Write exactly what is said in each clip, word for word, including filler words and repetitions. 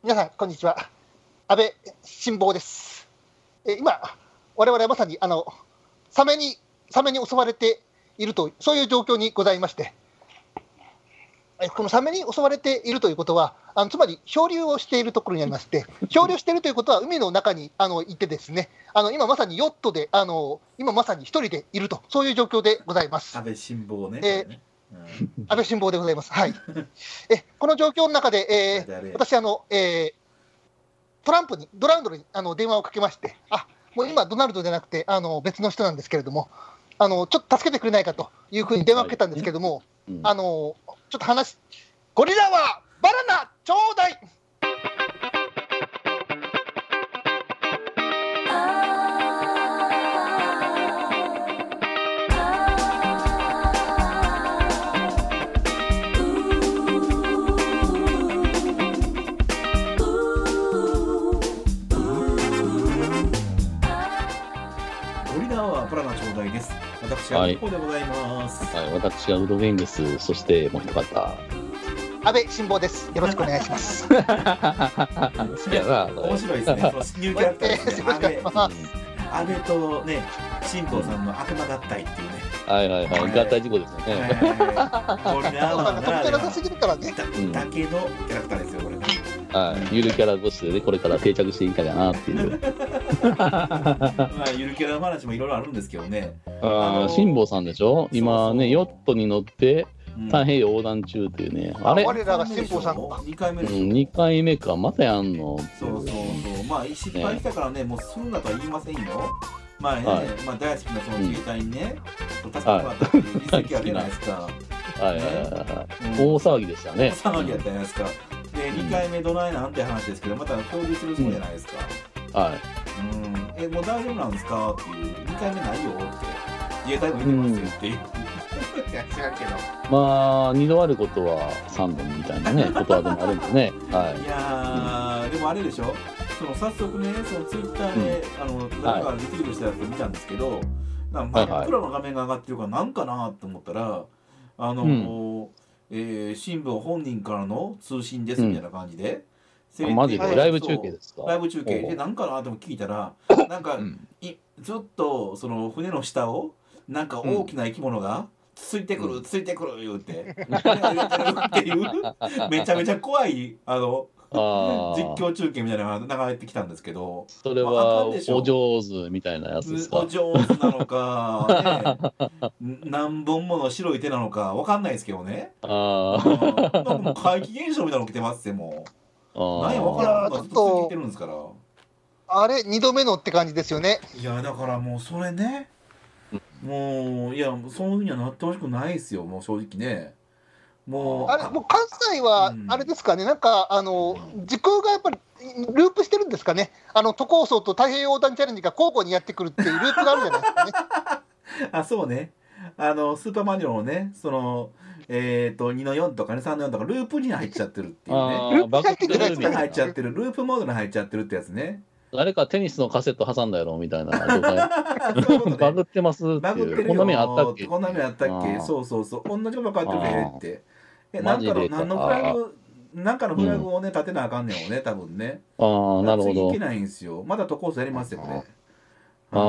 皆さんこんにちは。安倍晋坊です。え今我々はまさにあのサメにサメに襲われているとそういう状況にございまして、えこのサメに襲われているということはあのつまり漂流をしているところにありまして、漂流しているということは海の中にあのいてですね、あの今まさにヨットであの今まさに一人でいるとそういう状況でございます。 安倍晋坊ね。 えーねうん、安倍晋坊でございます。はい。えこの状況の中で、えー、私あの、えー、トランプにドナルドにあの電話をかけまして、あもう今ドナルドじゃなくてあの別の人なんですけれども、あのちょっと助けてくれないかというふうに電話をかけたんですけれども、はいうん、あのちょっと話ゴリラはバナナちょうだい。 私はここでございます。 はい、はい、私はウドゲンです。そしてもう一方、 安倍晋坊です。よろしくお願いします。 いやな、面白いですね。そのニューキャラクターですね。安倍、安倍とね、晋坊さんの悪魔合体っていうね。 はいはいはい、合体事故ですよね。 ゴリラは特徴なさすぎるからね。 だけのキャラクターですよこれね。 はい、ゆるキャラとしてね、これから定着していきたいかなっていう。 まあゆるキャラの話もいろいろあるんですけどね。 ああ、辛坊さんでしょ。今ね、ヨットに乗って太平洋横断中っていうね。 うん、あれ、我らが辛坊さんにかいめでしょ。 うん、にかいめか、またやんの。 そうそうそう。まあ失敗したからね、もうすんなとは言いませんよ。まあね、はい、まあ大好きなその自衛隊にね、助けてもらったっていう実績あるじゃないですか。 はいはいはいはい。大騒ぎでしたね。 大騒ぎやったじゃないですか。で、にかいめどないなんて話ですけど、また漂流するそうじゃないですか。 はい。 うん、え、もう大丈夫なんですかっていう、にかいめないよって、自衛隊も言ってますよっていう。いや、違うけど。 まあ、二度あることは三度みたいなね、ことはでもあるんですね。はい。 いやー、でもあれでしょ、その早速ね、そのツイッターで、うん、あの、誰かリツイートしたやつ見たんですけど、なんか真っ暗の画面が上がってるから、なんかなと思ったら、あの、うんえー、新聞本人からの通信ですみたいな感じで、 うん、マジでライブ中継ですか。 ライブ中継で何かなとも聞いたら、なんか、うん、いずっとその船の下をなんか大きな生き物がついてくる、うん、ついてくる言うて、うん、っていうめちゃめちゃ怖いあのあ実況中継みたいなのが流れてきたんですけど、 それは、まあ、お上手みたいなやつですか。 お上手なのか、ね、何本もの白い手なのかわかんないですけどね。ああ、なんかもう怪奇現象みたいなの起きてますってもう。あ何やわからんのがずっと続いてるんですから。 あれにどめのって感じですよね。 いやだからもうそれね、もういやそういう風にはなってほしくないですよもう正直ね。 もうあれもう関西はあれですかね、うん、なんかあの時空がやっぱりループしてるんですかね。あの都構想と太平洋横断チャレンジが交互にやってくるっていうループがあるじゃないですかね。 あそうね、あのスーパーマリオのねそのえっ、ー、とにのよんとかねさんのよんとかループに入っちゃってるっていうね。 ループ入ってくるやつに入っちゃってるループモードに入っちゃってるってやつね。 誰かテニスのカセット挟んだやろみたいな状態ね、バグってますっていう。 バグってるよ。 こんな面あったっけ。 こんな面あったっけ。そうそうそう。同じこと書いてるねって。えなんかの何のフラグなんかのフラグをね、うん、立てなあかんねんもんね多分ね。 ああなるほど。 次いけないんですよ。まだとコースやりますよこれ。 あ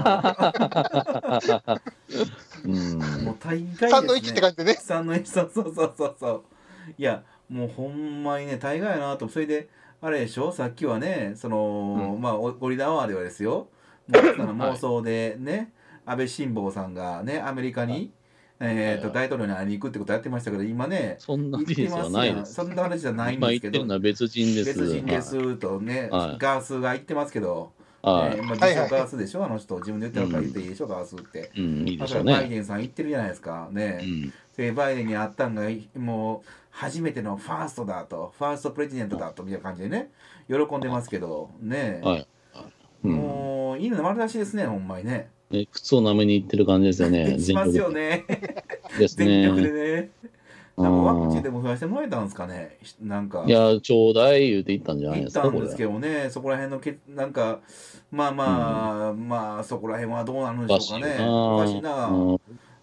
あ。 うん。もう大概ですね。 さんのいちって感じでね。 さんのいちそうそうそうそうそう。いやもうほんまにね大概やなと。それで。あれでしょさっきはねその、うん、まあゴリラアワーではですよもう妄想でね、はい、安倍晋坊さんがねアメリカに、はいえー、と大統領に会いに行くってことやってましたけど今ねそんな話じゃないです。 そんな話じゃないんですけど今言ってるのは別人です。 別人ですとね、はい、ガースが言ってますけど、 はいえーまあ、自称ガースでしょあの人自分で言ってるから言っていいでしょ、うん、ガースって、 うん、いいでしょうね。 バイデンさん言ってるじゃないですかね、うんでバイデンに会ったんがもう初めてのファーストだとファーストプレジデントだとみたいな感じでね喜んでますけどね、 はいうん、もういいの丸出しですねほんまにね。 ね靴を舐めに行ってる感じですよね。 しますよね。 ですね。 全力でね。なんかワクチンでも増やしてもらえたんですかね。なんかいやちょうだい言うて言ったんじゃないですか。 言ったんですけどねそこら辺のけなんかまあまあ、うん、まあそこら辺はどうなるんでしょうかね。おかしいな。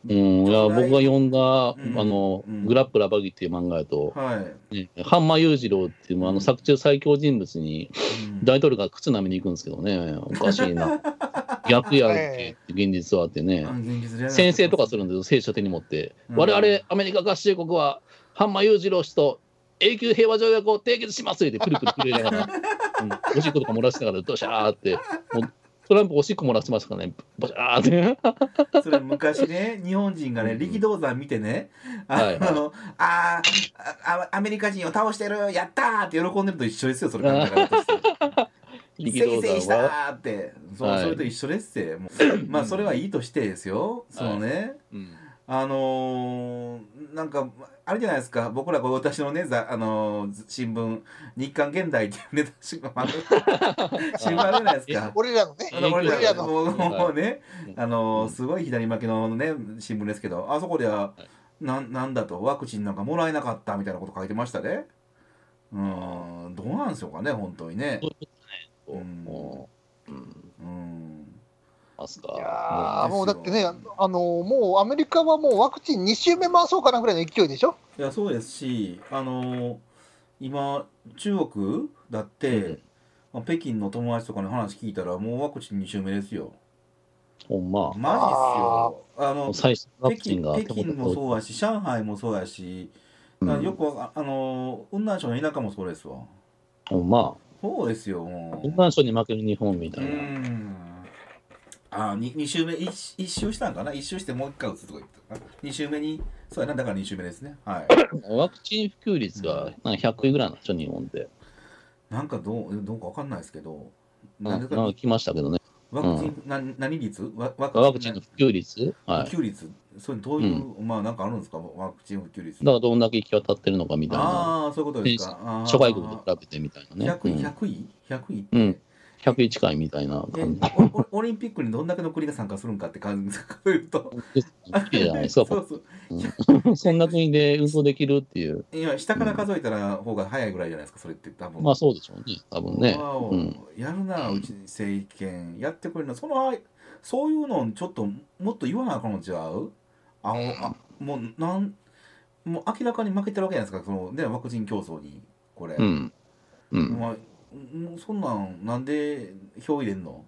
うん、いや僕が読んだ、 うんあの、 うんグラップラーバギっていう漫画やと、 はい、 ね、半間裕次郎っていう、あの作中最強人物にうん大統領が靴舐めに行くんですけどね、おかしいな。逆やるって現実はあってね、 あ現実で先生とかするんですよ、聖書手に持って。 うん我々アメリカ合衆国は、半間裕次郎氏と永久平和条約を締結しますって、プリプリ震えながら、うん、おしっことか漏らしながら、どしゃーって、もうトランプおしっこ漏らしてましたからね、ボシャーって。 それ昔ね、日本人がね、力道山見てね、あの、 はいはいあーあ、アメリカ人を倒してる、やったーって喜んでると一緒ですよ、それ考え方として。 力道せいせいした山は、 ーって、そう、 はいそれと一緒ですって。もうまあ、それはいいとしてですよ、そのね、 うんあのー、なんか、あれじゃないですか、僕らこう私のね、ざあのー新聞、日刊現代っていうネタ新聞ある新聞あるじゃないですか。 俺らのね、 影響俺俺らのらもうもうね、 うんあのうんすごい左巻きのね新聞ですけど、あそこではなんなんだとワクチンなんかもらえなかったみたいなこと書いてましたね。うんどうなんでしょうかね本当にね。 そううんもう、うん、 うんいますか。 やーもうもうだってね、あのもうアメリカはもうワクチンに週目回そうかなぐらいの勢いでしょ。 いやそうですし、あの今中国だって、 うんまあ北京の友達とかに話聞いたらもうワクチンに週目ですよ。 ほんま、 マジっすよ。あの最初のワ北京クチンが北京もそうやし上海もそうやし、 うんよくわあの雲南省の田舎もそうですわ。 ほんま、 そうですよもう。 雲南省に負ける日本みたういな。 ん。あに二週目一一周したんかな一周してもう一回打つとか言ってたかな二週目にそうやなだから二週目ですねはい。 ワクチン普及率がなんかひゃくいぐらいなんでしょ、日本で。 なんかどうどうかわかんないですけど。 なんなぜかか来ましたけどね。 ワクチン、な何率ワワワクチンの普及率、はい。 普及率そういうどういう、まあなんかあるんですかワクチン普及率。 だからどんだけ行き渡ってるのかみたいな。 ああそういうことですか。あー諸外国と比べてみたいなね。 百位うん百位百位って。 うんひゃくい近いみたいなえ感じ。 おおオリンピックにどんだけの国が参加するんかって感じでいうといいじゃないですか。 そうそううんそんな国で運動できるっていう。 いや下から数えたら方が早いぐらいじゃないですかそれって多分まあそうでしょうね。多分ね。 わおうん。 やるなうち政権やってくれるなそのそういうのちょっともっと言わなあかんのちゃうああもうなんもう明らかに負けてるわけじゃないですかその、ね、ワクチン競争にこれ、 うん。うん。 まあ、もうそんなんなんで票入れんの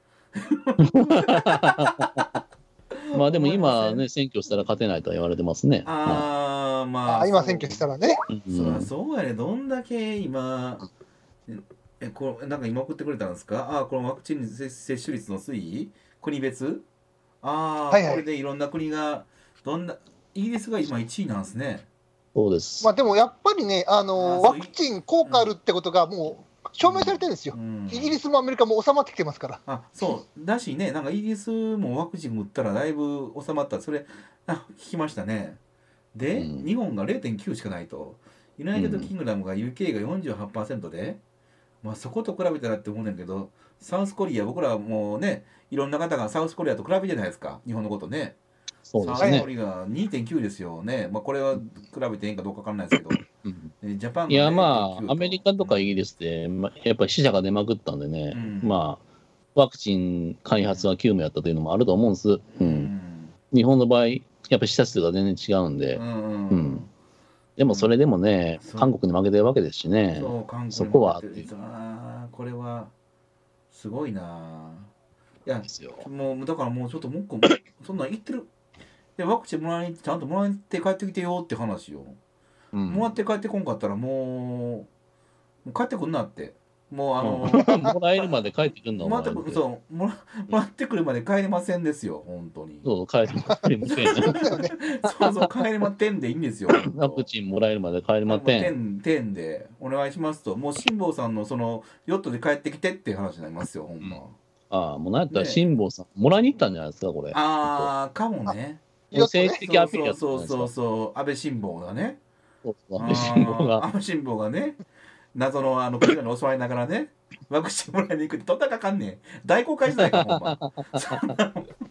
まあでも今ね、選挙したら勝てないとは言われてますね。はああまああ今選挙したらね。 いそりゃうんそうやねどんだけ今えこれなんか今送ってくれたんですかああこのワクチン接接種率の推移国別ああ、 はいはいこれでいろんな国がどんなイギリスが今いちいなんですねそうですま。あでもやっぱりね、あのあそうワクチン効果あるってことがもう証明されてるんですよう。んイギリスもアメリカも収まってきてますから。 あそうだしねなんかイギリスもワクチン打ったらだいぶ収まったそれあ聞きましたねで、 うん日本が れいてんきゅう しかないとユナイテッドキングダムが ユーケー が よんじゅうはちパーセント で、まあそこと比べたらって思うねんけどサウスコリア僕らはもうねいろんな方がサウスコリアと比べてじゃないですか日本のことねそうですねサウスコ。リア にてんきゅう ですよねまあこれは比べていいんかどうかわかんないですけどうんえジャパンがいやまれいてんきゅうあ、アメリカとかイギリスで、まあ、やっぱり死者が出まくったんでね、 うんまあ、ワクチン開発は急務やったというのもあると思うんです。う、 うんん日本の場合、やっぱり死者数が全然違うんで、 うんうんでもそれでもね、 そう韓国に負けてるわけですしね。 そう韓国そこはあーこれはすごいないやですよ。 もうだからもうちょっともう一個そんなん言ってるでワクチンもらいにちゃんともらって帰ってきてよって話よ、 うんもらって帰ってこんかったらもうもう帰ってくんなってもうあの、 うんもらえるまで帰ってくんのもらってくるうそうもらもらってくるまで帰れませんですよ本当にそう帰って帰りません。 そうだよね。 そうそう帰れまてんでいいんですよワクチンもらえるまで帰りません。 んてんでお願いしますともう辛坊さんのそのヨットで帰ってきてっていう話になりますよほんま、 ああ、もうなんやったらね辛坊さん、もらいに行ったんじゃないですか、これ。 ああかもねもう政治的アピールやそうそうそうったんじゃないですか。 そう安倍辛坊がねそうそうあ安倍辛坊ーが。 安倍辛坊がね謎のあの国に襲われながらねワクチンもらいに行くってどんなかかんねん大公開時代かほんまそんなもん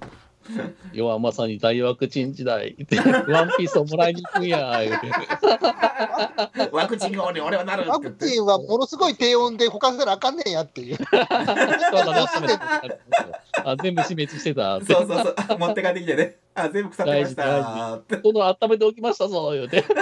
世はまさに大ワクチン時代ワンピースをもらいに行くんや言うてワクチンが俺俺はなるワクチンはものすごい低温で保管せなあかんねんやっていう。 あ全部死滅してたってそうそうそう持って帰ってきてねあ全部腐ってましたーってこの温めておきましたぞ言うて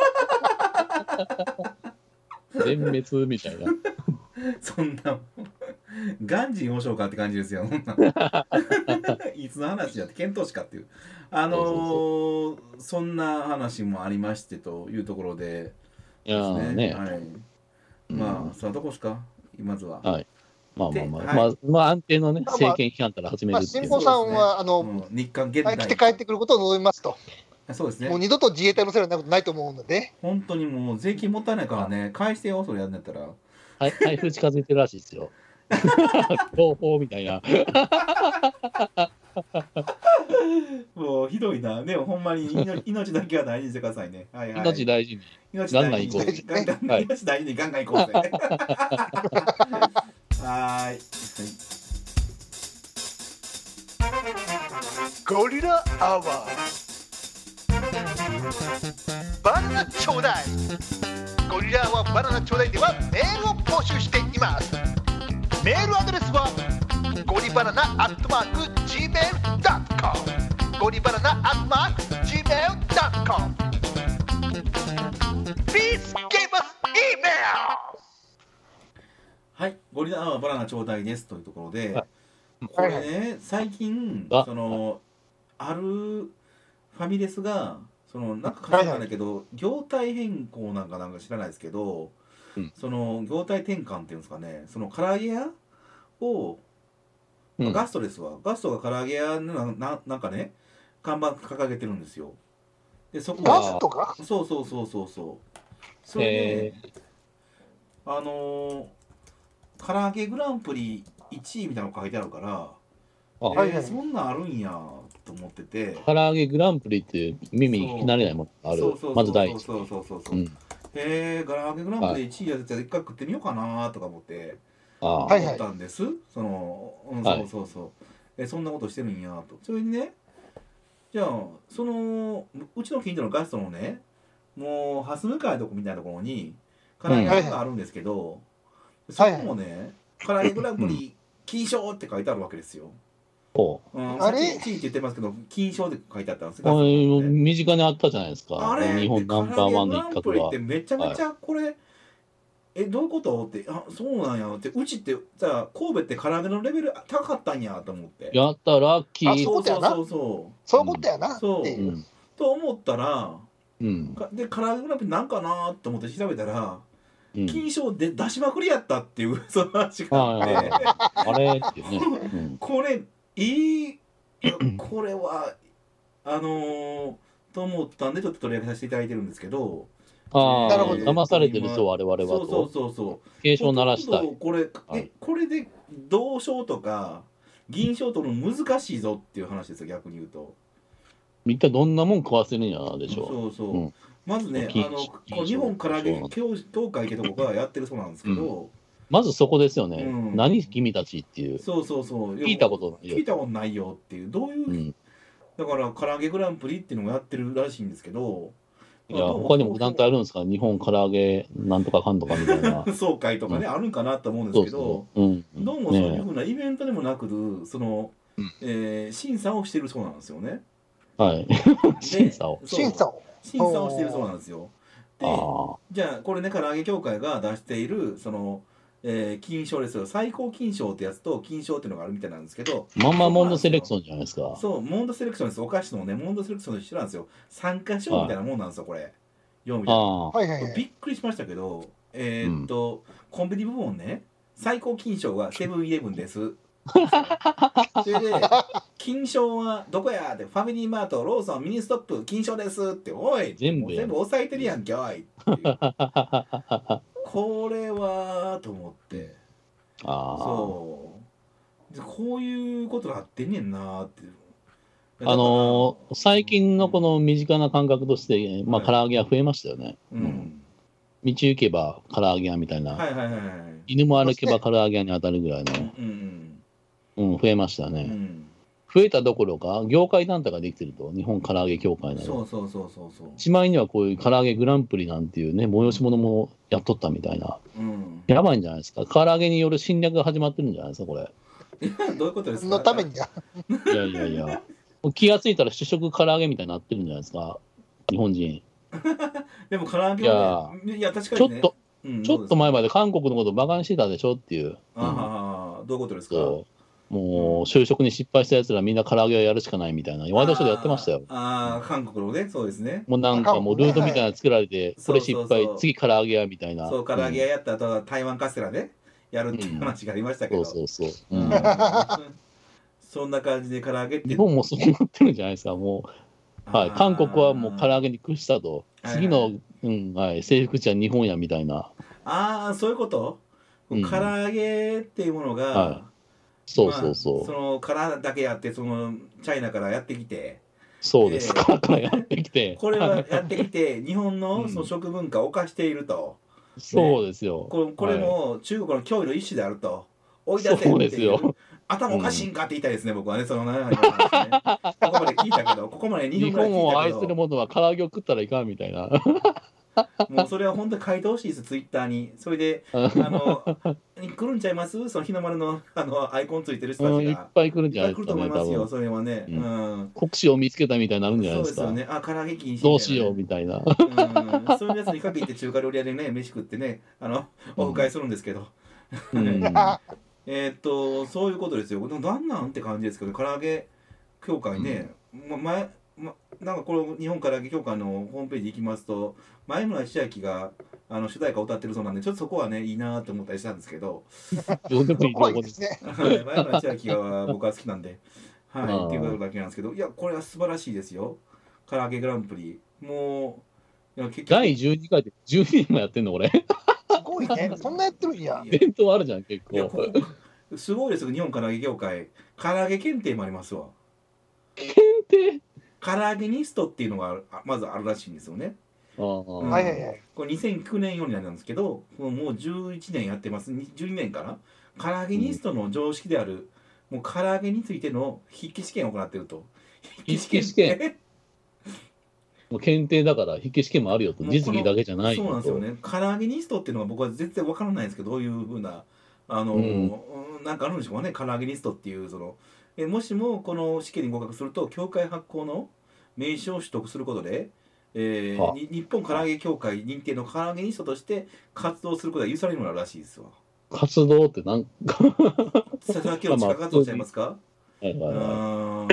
全滅みたいなそんなガンジー面白かって感じですよいつの話やって検討しかっていうあのー、そうそうそうそんな話もありましてというところでいやーね、 はい、まあそのとこですかまずははいまあまあまあ、 はい、 まあ、まあ安定のね政権批判から始めるっていう、 まあ、新保さんは、ね、あの、うん、 日韓現代来て帰ってくることを望みますと。 そうですね。 もう二度と自衛隊のせいになることないと思うので。 本当にもう税金もったいないからね、返してよそれやんだったら。 はい、台風近づいてるらしいですよ。強報みたいな。 もうひどいな。でもほんまに命, 命だけは大事にしてくださいね。はいはい、 命大事に。 命大事に。ガンガン行こう。命大事にガンガン行こうぜ。はい。 ゴリラアワー。バナナちょうだい。ゴリラアワーバナナちょうだいではメールを募集しています。メールアドレスはゴリバナナアットマーク ジーメールドットコム ゴリバナナアットマーク ジーメールドットコム Please give us email。 はい、ゴリラアワーバナナちょうだいですというところで、 はい、 これね最近そのあるファミレスがそのなんか書いてあるんだけど、はいはい、業態変更なんかなんか知らないですけど、うん、その業態転換っていうんですかね、その唐揚げ屋を、うん、ガストですわ、ガストが唐揚げ屋の な, なんかね看板掲げてるんですよ。でそこガストか、 そうそうそうそうそうそれで、あのー、唐揚げグランプリいちいみたいなの書いてあるから、あ、えーはいはい、そんなんあるんやと思ってて、 唐揚げグランプリって耳聞き慣れないものある。まず第一。 そうそうそうそう。へえ、唐揚げグランプリいちいやつやつ一回食ってみようかなとか思って思ったんです。その、うん、そうそうそう。え、そんなことしてるんやと。それにね、じゃあそのうちの近所のガストのね、もう蓮向かいとこみたいなところに唐揚げ屋があるんですけど、うん、そこもね、唐揚げグランプリ金賞って書いてあるわけですよ。うん、あれいちいって言ってますけど金賞で書いてあったんですが、 ね、身近にあったじゃないですか。 あれ日本ナンバーワンの一角は。 ってめちゃめちゃこれ、はい、えどういうことって、あそうなんやって、うちってじゃあ神戸って唐揚げのレベル高かったんやと思って、 やったラッキー。あそうそうそうそうそういうことやな、 そう、うん、と思ったら、 うん、 で唐揚げグランプリなんかなと思って調べたら、金賞で出しまくりやったっていうその話があって、 あれっていうね、うん、 これいいこれはあのー、と思ったんでちょっと取り上げさせていただいてるんですけど、 ああ、なるほど、騙されてるそう我々はと。 そうそうそうそう。 警鐘を鳴らしたい。 これえこれで銅賞とか銀賞取るの難しいぞっていう話ですよ、逆に言うと。 一体どんなもん食わせるんやでしょう。 そうそう。うん、まずね、あのこの日本唐揚げ協会ってとこがやってるそうなんですけど。うん、 まずそこですよね、うん、何君たちっていう。 そうそうそう。 聞いたことないよ。 聞いたことないよっていう、どういう、うん、だから唐揚げグランプリっていうのもやってるらしいんですけど、 いや他にも団体あるんですか、日本唐揚げなんとかかんとかみたいな総会とかね、うん、あるんかなと思うんですけど、 そうそう、うん、 どうもそういうふうなイベントでもなく、ね、その、えー、審査をしてるそうなんですよね。 はい審査を審査を審査をしてるそうなんですよ。で、じゃあこれね、唐揚げ協会が出しているその、えー、金賞ですよ、最高金賞ってやつと金賞っていうのがあるみたいなんですけど、 まんまモンドセレクションじゃないですか。 そう、モンドセレクションです。お菓子のね、モンドセレクションと一緒なんですよ。参加賞みたいなもんなんですよ、これ。よみたいな。びっくりしましたけど、えー、っと、うん、コンビニ部門ね、最高金賞はセブンイレブンです。それで金賞はどこやって、ファミリーマート、ローソン、ミニストップ金賞ですって、おい全部全部抑えてるやんけおいこれはと思って、 あそうこういうことなってんねんなって。 あのー、最近のこの身近な感覚として、まあ、唐揚げは増えましたよね、 うんうん、 道行けば唐揚げ屋みたいな、 はいはいはいはい、 犬も歩けば唐揚げ屋に当たるぐらいの、 うんうんうん、増えましたね、 うん、 増えたどころか、業界団体ができてると、日本唐揚げ協会など。 そうそうそうそうそう。 しまいにはこういう唐揚げグランプリなんていうね、催し物もやっとったみたいな。 うん。 やばいんじゃないですか。唐揚げによる侵略が始まってるんじゃないですか、これ。 どういうことですか。 のためにや。 いやいやいや。気がついたら主食唐揚げみたいになってるんじゃないですか、日本人。 でも唐揚げはね、いや確かにね。 ちょっと、 うん、 ちょっと前まで韓国のことバカにしてたでしょっていう。 ああ、どういうことですか。 もう就職に失敗したやつらみんな唐揚げをやるしかないみたいなワイドショーでやってましたよ。 ああ、韓国のね、そうですね。 もうなんかもうルートみたいなの作られて、これ失敗、次唐揚げやみたいな。 そう、唐揚げ屋やった後は台湾カステラね、やるっていう話がありましたけど。 そうそうそう。 そんな感じで唐揚げって。 日本もそうなってるんじゃないですか、もう。はい、韓国はもう唐揚げに屈したと。次の、うんはい、征服地は日本やみたいな。 ああ、そういうこと、唐揚げっていうものが、 そうそうそう、 まあ、その殻だけやってそのチャイナからやってきて、 そうです、えー、殻からやってきてこれはやってきて日本のその食文化を犯していると、 うんね、そうですよ。 これ、これも中国の脅威の一種であると、追い出せっていう、 そうですよ。 頭おかしいんかって言いたいですね、うん、僕はね、その、ね、ここまで聞いたけど、ここまでにふんぐらい聞いたけど、 日本を愛する者は唐揚げを食ったらいかんみたいな。 もうそれは本当に書いてほしいです、ツイッターに。それで、あの、来るんちゃいます？その日の丸のあのアイコンついてる人たちが。 うん、いっぱい来るんじゃないですかね。 いっぱい来ると思いますよ、それはね。 うん。国士を見つけたみたいになるんじゃないですか。 そうですよね。あ、唐揚げ禁止みたいな、ね。 どうしようみたいな。 うん、そういうやつに限って中華料理屋でね、飯食ってね、あの、オフ会するんですけど。うん、えっと、そういうことですよ。なんなんって感じですけど、唐揚げ協会ね、うん、前、ま、なんかこの日本唐揚げ協会のホームページ行きますと、前村千秋があの主題歌を歌ってるそうなんで、ちょっとそこはねいいなと思ったりしたんですけど、 どうでもいいとこですね。 はい、前村千秋は僕は好きなんで、はい、っていうことだけなんですけど、いやこれは素晴らしいですよ。唐揚げグランプリ、もういや結局だいじゅうにかいでじゅうにねんもやってんのこれ。 すごいね。そんなやってるんや。 伝統あるじゃん結構。 いやここすごいですよ、日本唐揚げ協会。唐揚げ検定もありますわ。 検定？ 唐揚げニストっていうのがまずあるらしいんですよね。 はいはいはい。 これにせんきゅうねんよりなんですけど、もうじゅういちねんやってます。じゅうにねんかな。唐揚げニストの常識である、うん、もう唐揚げについての筆記試験を行っていると。 筆記試験。もう検定だから筆記試験もあるよと、実技だけじゃないよと。 そうなんですよね。唐揚げニストっていうのが僕は全然わからないんですけど、どういうふうなあの、うん、なんかあるんでしょうかね。唐揚げニストっていうそのえもしもこの試験に合格すると協会発行の名称を取得することで、えー、日本唐揚げ協会認定の唐揚げニストとして活動することが許されるのらしいですわ。 活動ってなんかさっきの地下活動ちゃいますか？ はいはいはい。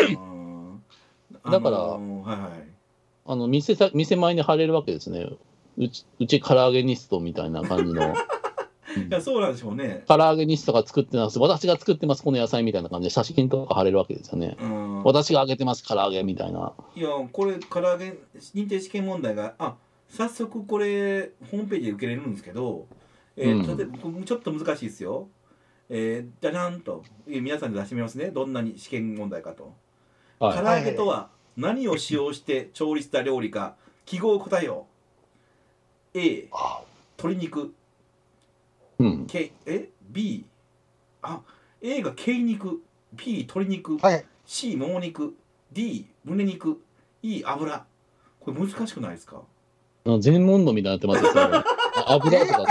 だから、はいはい、あの店さ店前に貼れるわけですね。うちうち唐揚げニストみたいな感じの。 いやそうなんでしょうね。 唐揚げニストが作ってます、私が作ってますこの野菜みたいな感じで写真とか貼れるわけですよね。うん、私が揚げてます唐揚げみたいな。いやこれ唐揚げ認定試験問題があ早速これホームページで受けれるんですけど、えーうん、例えばちょっと難しいですよ。えー、じゃじゃんと皆さんで出してみますね。どんなに試験問題かと。はい、唐揚げとは何を使用して調理した料理か記号を答えよう。 A 鶏肉、うん、K え B あ A が鶏肉、 B 鶏肉、はい、C もも肉、 D 胸肉、 E 油。これ難しくないですか？ 全問答みたいになってますよ油とか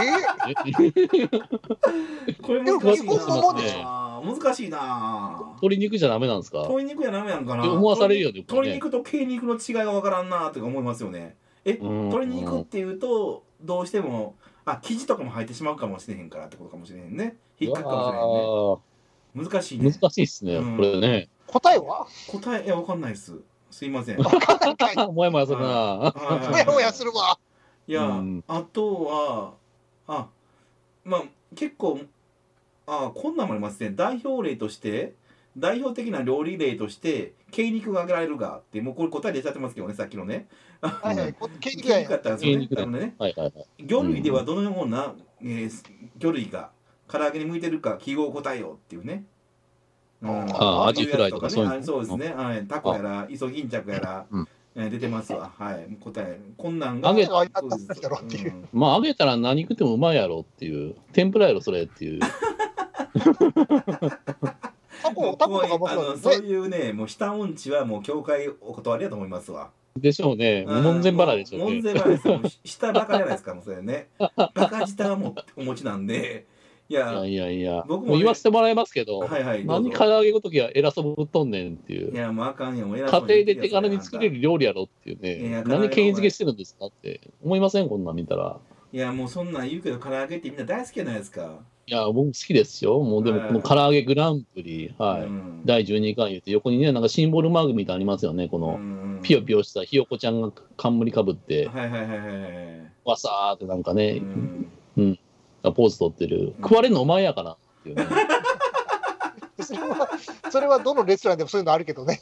これ難しいな。難しいな。 鶏肉じゃダメなんですか？ 鶏肉じゃダメなんかな。 思わされるよね。 鶏肉と鶏肉の違いがわからんなとか思いますよね。え、鶏肉っていうとどうしてもあ生地とかも入ってしまうかもしれへんからってことかもしれへんね。引っかかるかもしれへんね。難しいね。 難しいですね、うん、これね。 答えは？ 答えいやわかんないです。すいません。 もやもやするな。 もやもやするわ。 いや、うん、あとはあまあ結構あこんなんもありますね。代表例として代表的な料理例として鶏肉が挙げられるがってもうこれ答え出ちゃってますけどね、さっきのね。 はいはい、 鶏肉だったんですよね。あのね、はいはいはい、魚類ではどのような、えー、魚類が唐揚げに向いてるか記号を答えようっていうね。 うん、ああアジフライとかそういう、ね、そうですね。はい、タコやらイソギンチャクやら、うんえー、出てますわ。はい、答えこんなんが揚げたっていう、うん、まあ揚げたら何食ってもうまいやろっていう天ぷらやろそれっていう。 タコタコとか面あの白いですね。 そういうねもう下音痴はもう教会お断りだと思いますわ。 でしょうね。門前払いでしょうね。 門前払いですよ。もう下バカじゃないですかもうそれね。バカ舌もお持ちなんで。いやいやいやいや、 僕もねもう言わせてもらいますけど、 はいはいどうぞ何唐揚げごときは偉そうぶっとんねんっていう。 いやもうあかんよもう偉家庭そうに言ってで手軽に作れる料理やろっていういやね。何権威づけしてるんですかって思いませんこんなん見たら。 いやもうそんなん言うけど唐揚げってみんな大好きじゃないですか。 いや、僕好きですよ。もうでも、この唐揚げグランプリ、はい。 うんだいじゅうにかい言って、横にね、なんかシンボルマークみたいなのありますよね。こうの、 んピヨピヨしたひよこちゃんが冠かぶって、 はいはいはいはいはいわさーってなんかね、 うんうん、ポーズ取ってる。食われるのお前やからっていうね。 それはそれはどのレストランでもそういうのあるけどね。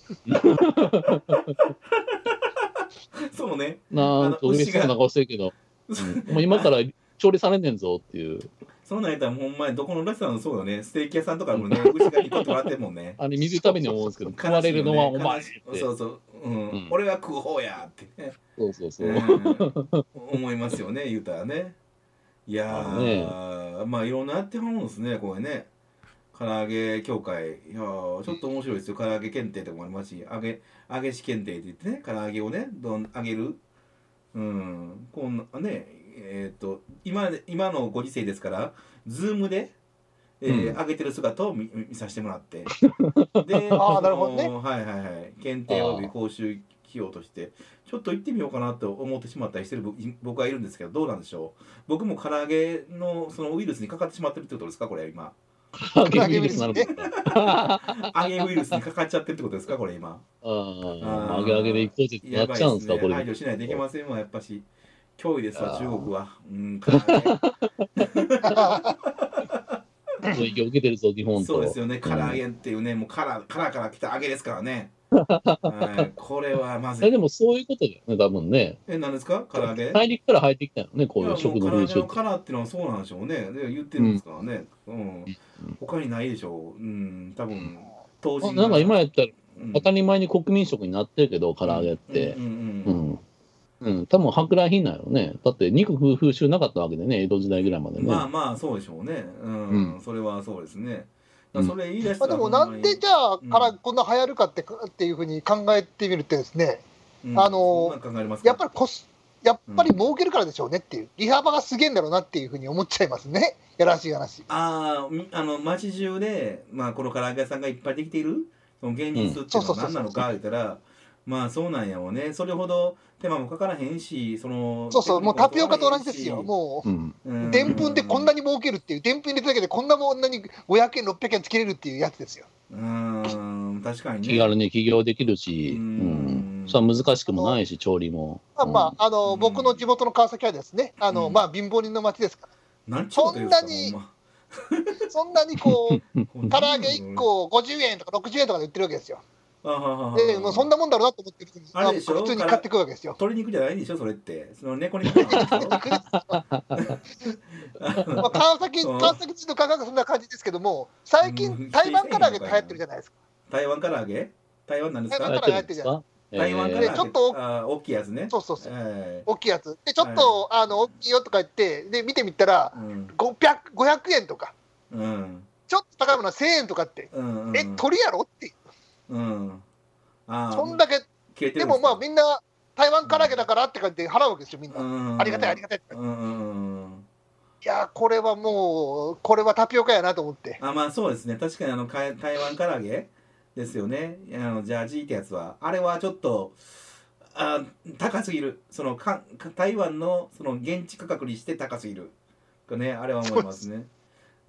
そうねなんか嬉しそうな顔してるけど、うん、もう今から調理されんねんぞっていう。 そんなんやったらほんまにどこのレストランもそうよね。ステーキ屋さんとかもね牛がにこってもらってるもんね。 あれ見るために思うんですけど、食われるのはお前って。 そうそう、うんうん、 俺は食う方やってね。 そうそうそう。 うん思いますよね言うたらね。いやー、 ね、 まあいろんなやってはるんですねこれね。唐揚げ協会いやーちょっと面白いですよ。唐揚げ検定とかもありますし、揚げ揚げ師検定って言ってね唐揚げをねどん揚げる。うんこんなねえっ、と今今のご時世ですからズームで。えーうん上げてる姿を見見させてもらってであーなるほどねそのはいはいはい検定及び講習費用としてちょっと行ってみようかなと思ってしまったりしてる僕僕はいるんですけどどうなんでしょう。僕も唐揚げのそのウイルスにかかってしまってるってことですかこれ今。 揚げウイルスなのか。 揚げウイルスにかかっちゃってるってことですかこれ今。 ああ、揚げ揚げで一個ずつなっちゃうんですか、これ。 排除しないといけませんわやっぱし。脅威ですわ中国は。うん唐揚げ影響を受けてるぞ、日本と。 そうですよね、唐揚げっていうね、もうカラカラから来た揚げですからね。はい、これはまずい。 でもそういうことだよね、多分ね。 え、何ですか唐揚げ大陸から入ってきたよね、こういう食の風習って。 唐揚げのカラーっていうのはそうなんでしょうね。で言ってるんですからね。うん。うん、他にないでしょう。うん、多分当時なんか今やったら当たり前に国民食になってるけど、唐揚げって。 うん。うん。 うんうん、多分舶来品なんやろね。だって肉食う風習なかったわけでね、江戸時代ぐらいまでね。 まあまあそうでしょうね。うん、うん、それはそうですね。それ言い出したら、うん、まあ、でもなんでじゃあからこんな流行るかってっていうふうに考えてみるとですね、うん、あのやっぱりコスやっぱり儲けるからでしょうねっていう、利幅がすげえんだろうなっていうふうに思っちゃいますね。やらしい話。 ああ、あの街中でまあこの唐揚げ屋さんがいっぱいできているその現実っていうのは何なのか言ったら。まあそうなんやもんね。それほど手間もかからへんし、そのそうそう、もうタピオカと同じですよ。もうでんぷんでこんなに儲けるっていう、でんぷん入れただけでこんなもんなにごひゃくえんろっぴゃくえんつけれるっていうやつですよ。 うん、確かにね。 気軽に起業できるし、うん、それは難しくもないし調理も。 まあまああの僕の地元の川崎はですね、あのまあ貧乏人の町ですから。そんなにそんなにこう唐揚げいっこごじゅうえんとかろくじゅうえんとかで売ってるわけですよ。でもうそんなもんだろうなと思って普通に買ってくるわけですよ。 鶏肉じゃないでしょそれって。その猫肉なんでしょ。 まあ川崎川崎人の価格はそんな感じですけども、最近台湾唐揚げって流行ってるじゃないですか。 台湾唐揚げ？台湾なんですか？ 台湾唐揚げ流行ってるじゃないですか。 台湾唐揚げちょっと大きいやつね。 そうそうそう。大きいやつでちょっとあの大きいよとか言ってで見てみたらごひゃくごひゃくえんとか。ちょっと高いものはせんえんとかって、え鳥やろっていう。うん、あそんだけでもまあみんな台湾唐揚げだからって感じで払うわけですよみんな、うん、ありがたいありがたいって、うん、いやこれはもうこれはタピオカやなと思って。 あまあそうですね確かにあの台湾唐揚げですよね。あのジャージーってやつはあれはちょっとあ高すぎる。そのか台湾のその現地価格にして高すぎるねあれは思いますね。うん、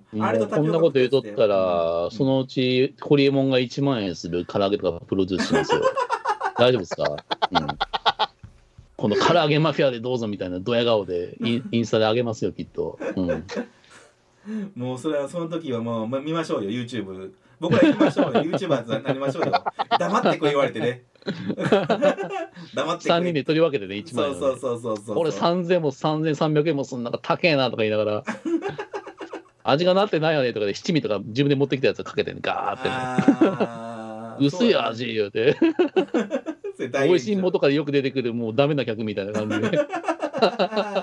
あれとこんなこと言うとったら、うん、そのうちホリエモンがいちまんえんする唐揚げとかプロデュースしますよ。大丈夫ですか、うん、この唐揚げマフィアでどうぞみたいなドヤ顔でイン、インスタで上げますよきっと、うん、 もうそれはその時はもう見ましょうよ YouTube。 僕ら行きましょうよ YouTuber になりましょうよ。黙ってこい言われてね。黙ってさんにんで取り分けてねいちまんえん、ね、 そうそうそうそうそう。 俺さんぜんもさんぜんさんびゃくえんもそんなんか高えなとか言いながら味がなってないよねとかで七味とか自分で持ってきたやつかけてねガーってね薄い味言うて美味しいもとかでよく出てくるもうダメな客みたいな感じで、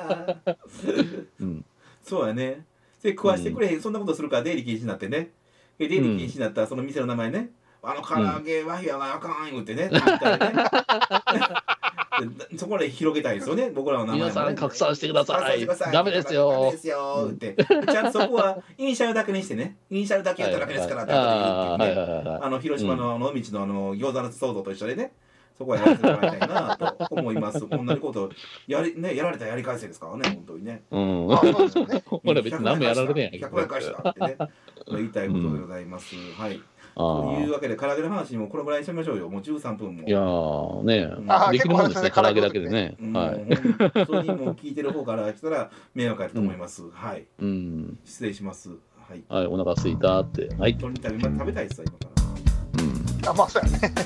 うん、そうやねで食わしてくれへん、うん、そんなことするから出入り禁止になってね出入り禁止になったその店の名前ね、あの唐揚げはやなあかん言ってね、言ったりねでそこで広げたいですよね、僕らの名前も、ね、 皆さん拡散してください。ダメですよ。 ダメですよって、うん、ちゃんとそこはイニシャルだけにしてね、イニシャルだけやったらダメですからって後で言うっていうね、あの広島の野道のあの餃子の騒動と一緒でね、そこはやらせてもらいたいなと思います。同じことやりね、やられたらやり返せですからね、本当にね。 うん。あ、そうですよね。これ別に何もやられてんやん。 ひゃくばい返したってね、言いたいことでございます。はい。というわけで唐揚げの話にもこのぐらいにしてみましょうよ。もうじゅうさんぷんも。 いやーね、できるもんですね、唐揚げだけでね。 はい。本当にもう聞いてる方からしたら迷惑あると思います。はい。うん。失礼します。はい。 はい、お腹空いたって。はい。 本当に食べたいです今から。 うん。あ、まあそうやね。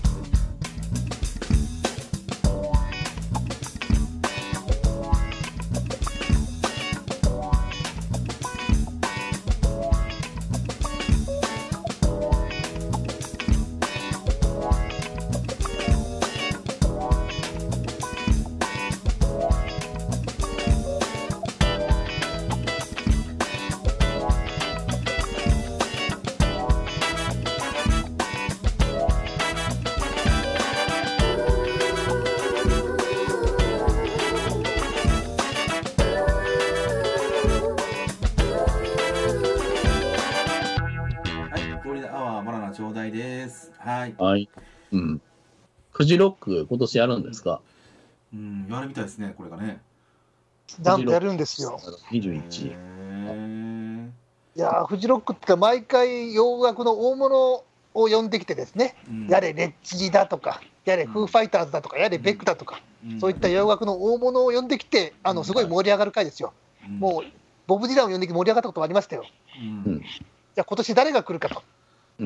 はい。うん。フジロック今年やるんですか？ うん、やるみたいですね、これがね。 なんとやるんですよ。 にじゅういち。いやー、フジロックって毎回洋楽の大物を呼んできてですね、うん、やれレッチリだとか、やれフーファイターズだとか、やれベックだとか、うん、そういった洋楽の大物を呼んできて、あのすごい盛り上がる回ですよ。うん、もうボブ・ディランを呼んできて盛り上がったこともありましたよ。うん、じゃあ今年誰が来るかと。うん、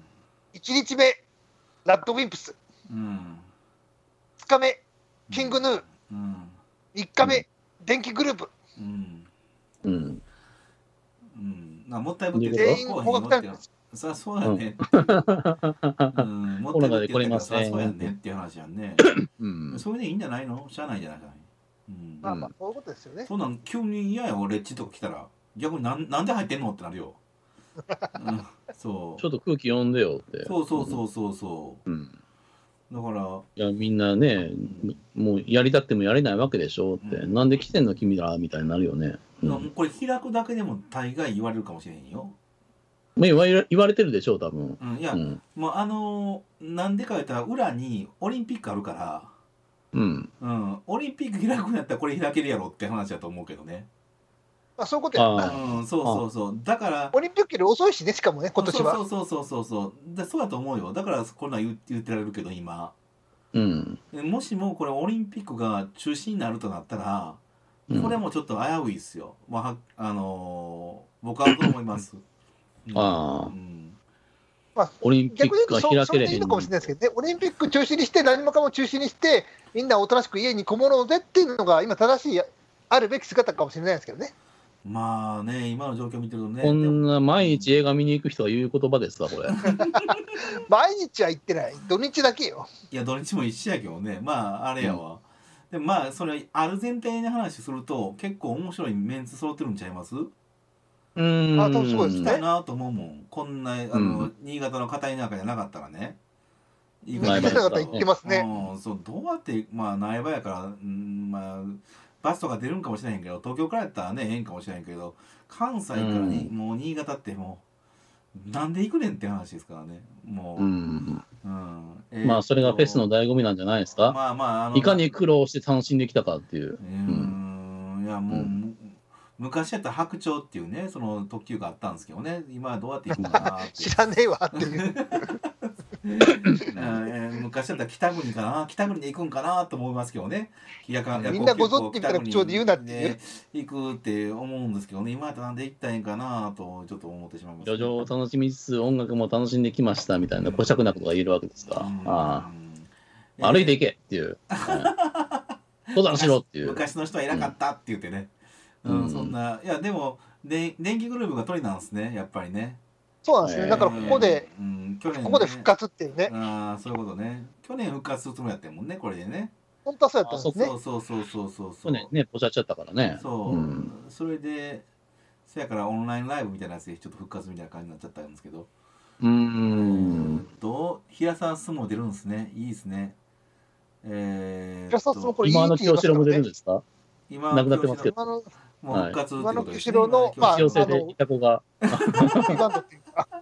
いちにちめラッドウィンプス、うん、ふつかめキングヌー、うん、みっかめ、うん、電気グループ、うんうんうん、なもったいぶって全員高額タイムです。 そりゃそうやね、うん、もったいぶってるからそりゃそうやねっていう話やんね、うん、それでいいんじゃないの？しゃあないじゃないか、 うん、まあまあそういうことですよね。 そんなん急に嫌やよレッチとか来たら逆になんなんで入ってんのってなるようん、そうちょっと空気読んでよって。 そうそうそうそうそう、うん、だからいやみんなね、うん、もうやりたってもやれないわけでしょって、うん、なんで来てんの君らみたいになるよね、 うん、これ開くだけでも大概言われるかもしれへんよ。 言われ、言われてるでしょ多分、 うん、いや、うん、もうあのー、なんでか言ったら裏にオリンピックあるから、うんうん、オリンピック開くんやったらこれ開けるやろって話だと思うけどね。 あ、そういうことやな。 うん、そうそうそう。だからオリンピックより遅いしね、しかもね、今年は。 そうそうそうそうそうでそうだと思うよ。だからこんなん言って、言ってられるけど今、 うん、 もしもこれオリンピックが中止になるとなったら、これもちょっと危ういですよ。まああのー、僕はそう思います。 うん、ああ、うん、まあ、オリンピックが開ければそれでいいのかもしれないですけどね、オリンピック中止にして何もかも中止にしてみんなおとなしく家にこもろうぜっていうのが今正しいあるべき姿かもしれないですけどね。 まあね、今の状況を見てるとね、 こんな毎日映画見に行く人が言う言葉ですわこれ毎日は行ってない、土日だけよ。 いや土日も一緒やけどね、まああれやわ、うん、でもまあそれある前提に話すると結構面白いメンツ揃ってるんちゃいます？うーん、あ、多分すごいですね。 行きたいなと思うもん。こんなあの、うん、新潟の片田舎じゃなかったらね。 新潟の方行ってますね。 うん、そうどうやってまあ苗場やから、うん、まあバスとか出るんかもしれへんけど、東京からやったらねええんかもしれへんけど、関西からに、うん、もう新潟ってもうなんで行くねんって話ですからね。もう、うんうんえー、まあそれがフェスの醍醐味なんじゃないですか。 まあまああのいかに苦労して楽しんできたかっていう。うん、いやもう、うん、昔やったら白鳥っていうねその特急があったんですけどね、今はどうやって行くんかなって知らねえわっていう昔だったら北国かな、北国で行くんかなと思いますけどね。 みんなごぞってみたいな口調で言うなっていう、 行くって思うんですけどね、今やったらなんで行ったらいいんかなとちょっと思ってしまいます、ね。 叙情を楽しみつつ音楽も楽しんできましたみたいなこしゃくなことが言えるわけですか。うんああ歩いていけっていう、登山しろっていう。 昔の人はいなかったって言ってね、うん、うん、そんないやでもで電気グループが鳥なんですねやっぱりね。 そうなんですね。だからここで、えーうん去年ね、ここで復活っていうね。 ああ、そういうことね。去年復活するつもりやったもんね、これでね。 本当はそうやったんですね。 そうそうそうそうそうそう。 去年ね、ポチャっちゃったからね。 そう、うん、それで、 そやからオンラインライブみたいなやつでちょっと復活みたいな感じになっちゃったんですけど、 うーん。 と平沢相撲出るんですね。いいですね。えー、 平沢相撲これいい今のって言い清志郎も出るんますからね。 ですか？ 今なくなってますけど今のもう復活ってことですね。 今の清志郎のまあ清瀬でいた子が。 バンドっていうか、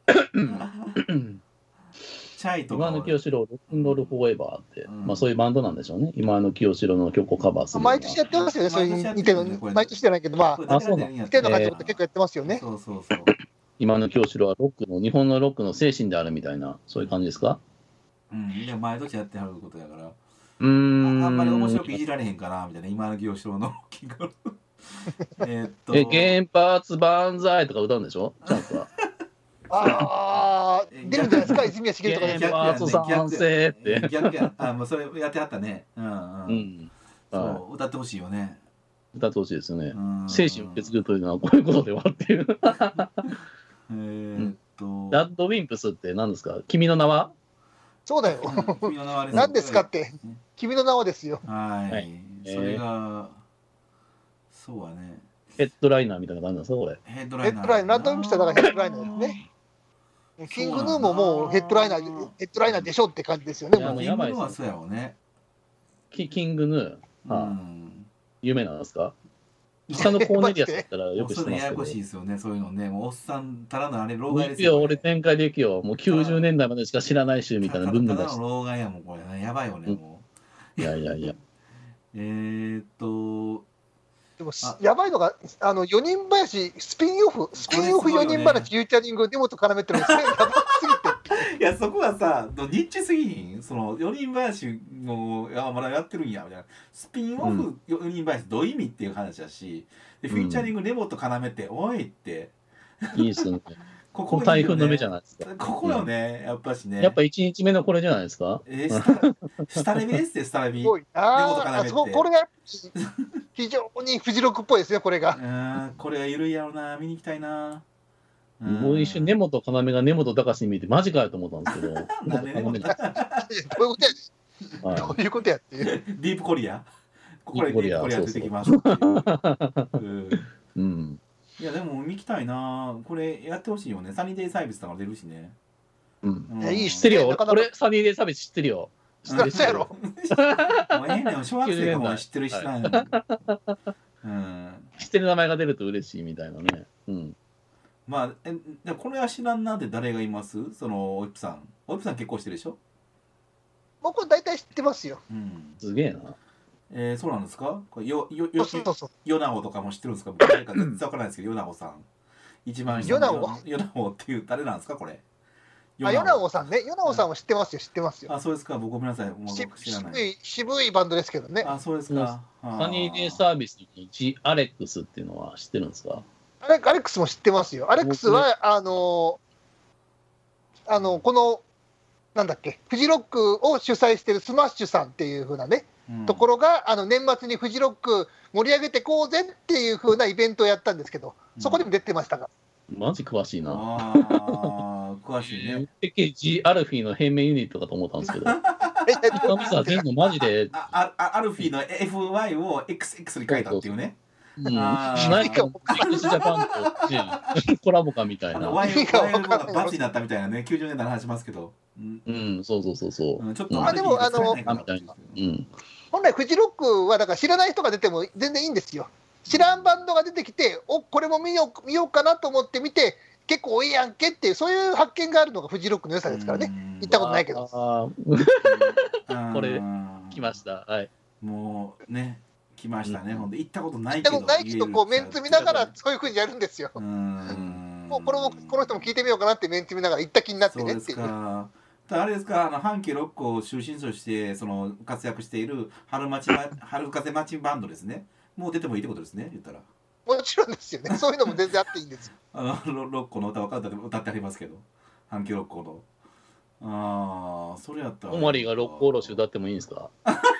チャイとか今の清志郎、ロックンロールフォーエバーって、 うんまあそういうバンドなんでしょうね。今の清志郎の曲をカバーするような。 毎年やってますよね、そういう似てるの、 毎年やってるねこれ毎年じゃないけど、まあ、 あそうなん似てるような感じのこと結構やってますよね。 そうそうそう。 今の清志郎はロックの、日本のロックの精神であるみたいな、そういう感じですか？ うん、でも毎年やってはることやから、 うーん。 ああんまり面白くいじられへんかなみたいな、今の清志郎の気がえーっとえ、原発万歳とか歌うんでしょチャンスは。 ああ、出るんじゃないですか、泉谷しげるとかで原すね。 発賛成って。 逆やあもうそれやってはったね。うんうん。 うん。 そはう歌ってほしいよね。 い。歌ってほしいですよね。 うん精神を受け継ぐというのはこういうことではっていう。 えーっと。 ラッドウィンプスって何ですか？君の名は？ そうだよ。 うん君の名はあれ何ですかって、君の名はですよ。 はい。 はいそれが、そうはね。 ヘッドライナーみたいな感じなんですかこれ？ ヘッドライナー。 ヘッドライナー、ラッドウィンプスはだからヘッドライナーですね。キングヌーももうヘッドライナー、ヘッドライナーでしょって感じですよね。 いやもうキングヌーはそうやろうね。 キキングヌー、 うはあ、 ん。 有名なんですか？北のコーネリアスだったらよよく知くややこってますけど。 しいですよね、そういうのね。もうおっさん、ただのあれ、老害です行くよ、 よ。 俺展開で行くよ。もうきゅうじゅうねんだいまでしか知らないし、みたいな文た文出して。 だの老害やもん、これね。やばいよね、もいやいやいや。 う。えーっと、 でもあやばいのが、あのよにん林、スピンオフ、スピンオフよにん林、フューチャリング、根本絡めてるの、それやばすぎて。 いや、そこはさ、ニッチすぎひん。その、よにん林も、いや、まだやってるんや、みたいな。スピンオフよにん林どういう意味っていう話だし、で、フューチャリング、根本絡めて、おいって、 いいっすね。 ここの台風の目じゃないないですか。 ここよね、やっぱしね。 やっぱいちにちめのこれじゃないですか？ えー、スタスタレビですって、スタレビ。 すごい根本絡めてなあ、そうこれが非常にフジロックっぽいですね、これが。 うん、これは緩いやろな、見に行きたいな。んもう一瞬根本要が根本隆に見えてマジかよと思ったんですけど。 なんで根本根本どういうことや、 はいどういうことやっていう。 ディープコリアここでディープコリア出てきますそっていう。うんうん。 いやでも見きたいな。これやってほしいよね。サニーデイサービスとか出るしね。 うん。 うんいやいいっ知ってるよ。 なかなか俺、サニーデイサービス知ってるよ。知ってるそうやろ。 もうええねん、小学生がもう知ってる人なんや。うん。 知ってる名前が出ると嬉しいみたいなね。うん。 まあ、えでこれは知らんなって誰がいますその、おいっぷさん。おいっぷさん結婚してるでしょ？ 僕、大体知ってますよ。 うん。 すげえな。 えー、そうなんですかこれよ、よ、よ、 そうそうそう。 ヨナオとかも知ってるんですか僕誰か全然わからないですけど、ヨナオさん。一番下のヨナオヨナオっていう誰なんですかこれ。 あ、ヨナオさんね、ヨナオさんは知ってますよ、知ってますよ。 あ、そうですか。僕ごめんなさい。もうし知らない。 渋い、渋いバンドですけどね。 あ、そうですか。 サニーデイサービスのジ・アレックスっていうのは知ってるんですか？ アレアレックスも知ってますよ。アレックスは、あの、あの、この、なんだっけ、フジロックを主催してるスマッシュさんっていう風なね、 うんところが、あの、年末にフジロック盛り上げてこうぜっていう風なイベントをやったんですけど、そこにも出てましたが。 マジ詳しいな。 ああ、詳しいね。 てっきり G アルフィーの平面ユニットかと思ったんですけど。他のさ、全部マジで、 あ、あ、アルフィーの エフワイ を エックスエックス に書いたっていうね。 うん、 あー何か、ピクスジャパンと、ね、コラボかみたいな。 あのワイル意味がワイルドわかんないがバツになったみたいなね、きゅうじゅうねんだいの話しますけど。うんうん、そうそうそうそう。 うんちょっとうんあでもあのアルフィーが使えないかなうん。 本来フジロックはだから知らない人が出ても全然いいんですよ。知らんバンドが出てきて、おこれも見よう見ようかなと思って見て、結構いいやんけっていう、そういう発見があるのがフジロックの良さですからね。 うん行ったことないけど。 あうんこれ来ました。はい。 もうね、来ましたね。 うんほんで行ったことない行ったけど。 ことないけど、こうメンツ見ながらそういうふうにやるんですよ。 うんもうこれもこの人も聞いてみようかなってメンツ見ながら行った気になってそうですねっていう。 か。ただあれですか、あの阪急六甲出身としてその活躍している春町ば春風町バンドですね。もう出てもいいってことですね。言ったら。 もちろんですよね。そういうのも全然あっていいんですよ。 あのろ六甲の歌を歌って歌ってありますけど、阪急六甲の。ああ、それやったら。 オマリーが六甲おろし歌ってもいいんですか？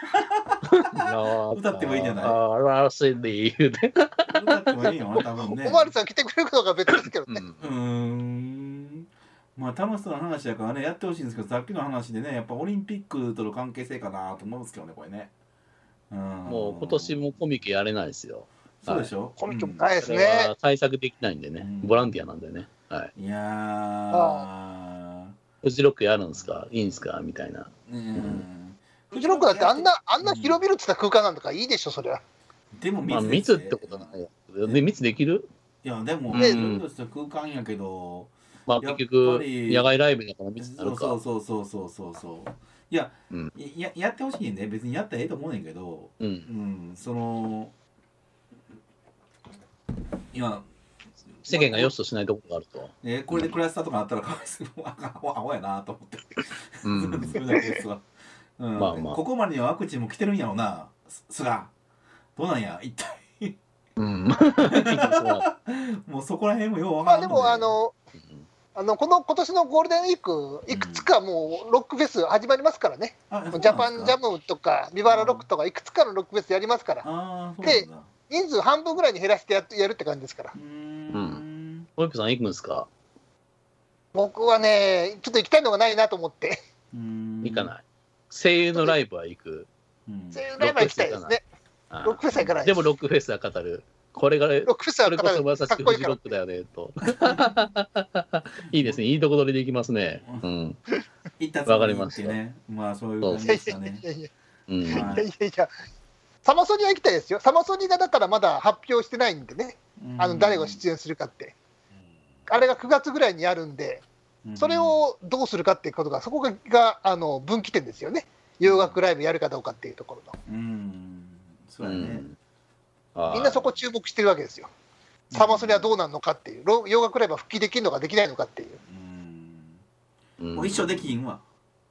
歌ってもいいんじゃないあらせで言うて。 歌ってもいいよな、多分ね。 おまわりさん来てくれるのが別ですけどね。 うーん。まあ楽しそうな話やからね、やってほしいんですけど、さっきの話でね、やっぱオリンピックとの関係性かなと思うんですけどね、これね。うん。 もう今年もコミケやれないですよ。 そうでしょ、 この人もうんないですそれね。 は対策できないんでね、 うんボランティアなんでね。はい。 いやーフジロックやるんですか、いいんですかみたいな。 うんフジロックだってあんな、あんな広々って言った空間なんだからいいでしょ、そりゃ。 でもまあ、 密密ってことはないやで、密できるいやでもうん広々した空間やけど、 まあ、 やっぱり結局、野外ライブだから密になるか。 そうそうそうそうそうそういや、 うんややってほしいね、別にやったらええと思うねんけど、 うん。 うんその今世間が良しとしないところがあると。 ね、これでクラスターとかあったらかわいそうアホやなと思ってうん。 それだけですわ、うんまあまあここまでにはワクチンも来てるんやろうな、す菅どうなんや一体うん。 もうそこら辺もようわまあでからんのでもあの、あのこの今年のゴールデンウィーク、いくつかもうロックフェス始まりますからね、 あジャパンジャムムとか、ビバラロックとか、いくつかのロックフェスやりますから、 ああそうなんだ人数半分ぐらいに減らしてやっやるって感じですからうー、んホイップさん行くんですか？ 僕はね、ちょっと行きたいのがないなと思って、 うーん行かない。声優のライブは行く。 うんそういうライブは行きたいですね、 あロックフェスは行かないでもロックフェスは語る。これが、 ロックフェスはそれこそまさしかっこいいからくフジロッ、クだよね、と。いいですね。いいとこ取りで行きますね。うん。 行ったつもりってね、まあそういう感じいやいやでしたねいやいやうん。 いやいやいや、サマソニは行きたいですよ、サマソニがだからまだ発表してないんでね、あの誰が出演するかって、あれがくがつぐらいにあるんで、それをどうするかっていうことが、そこががあの分岐点ですよね、洋楽ライブやるかどうかっていうところの、 うんそうやね、 うんみんなそこ注目してるわけですよ、サマソニはどうなるのかっていう、ろ洋楽ライブは復帰できるのかできないのかっていう、 うんうんもう一生できひんわ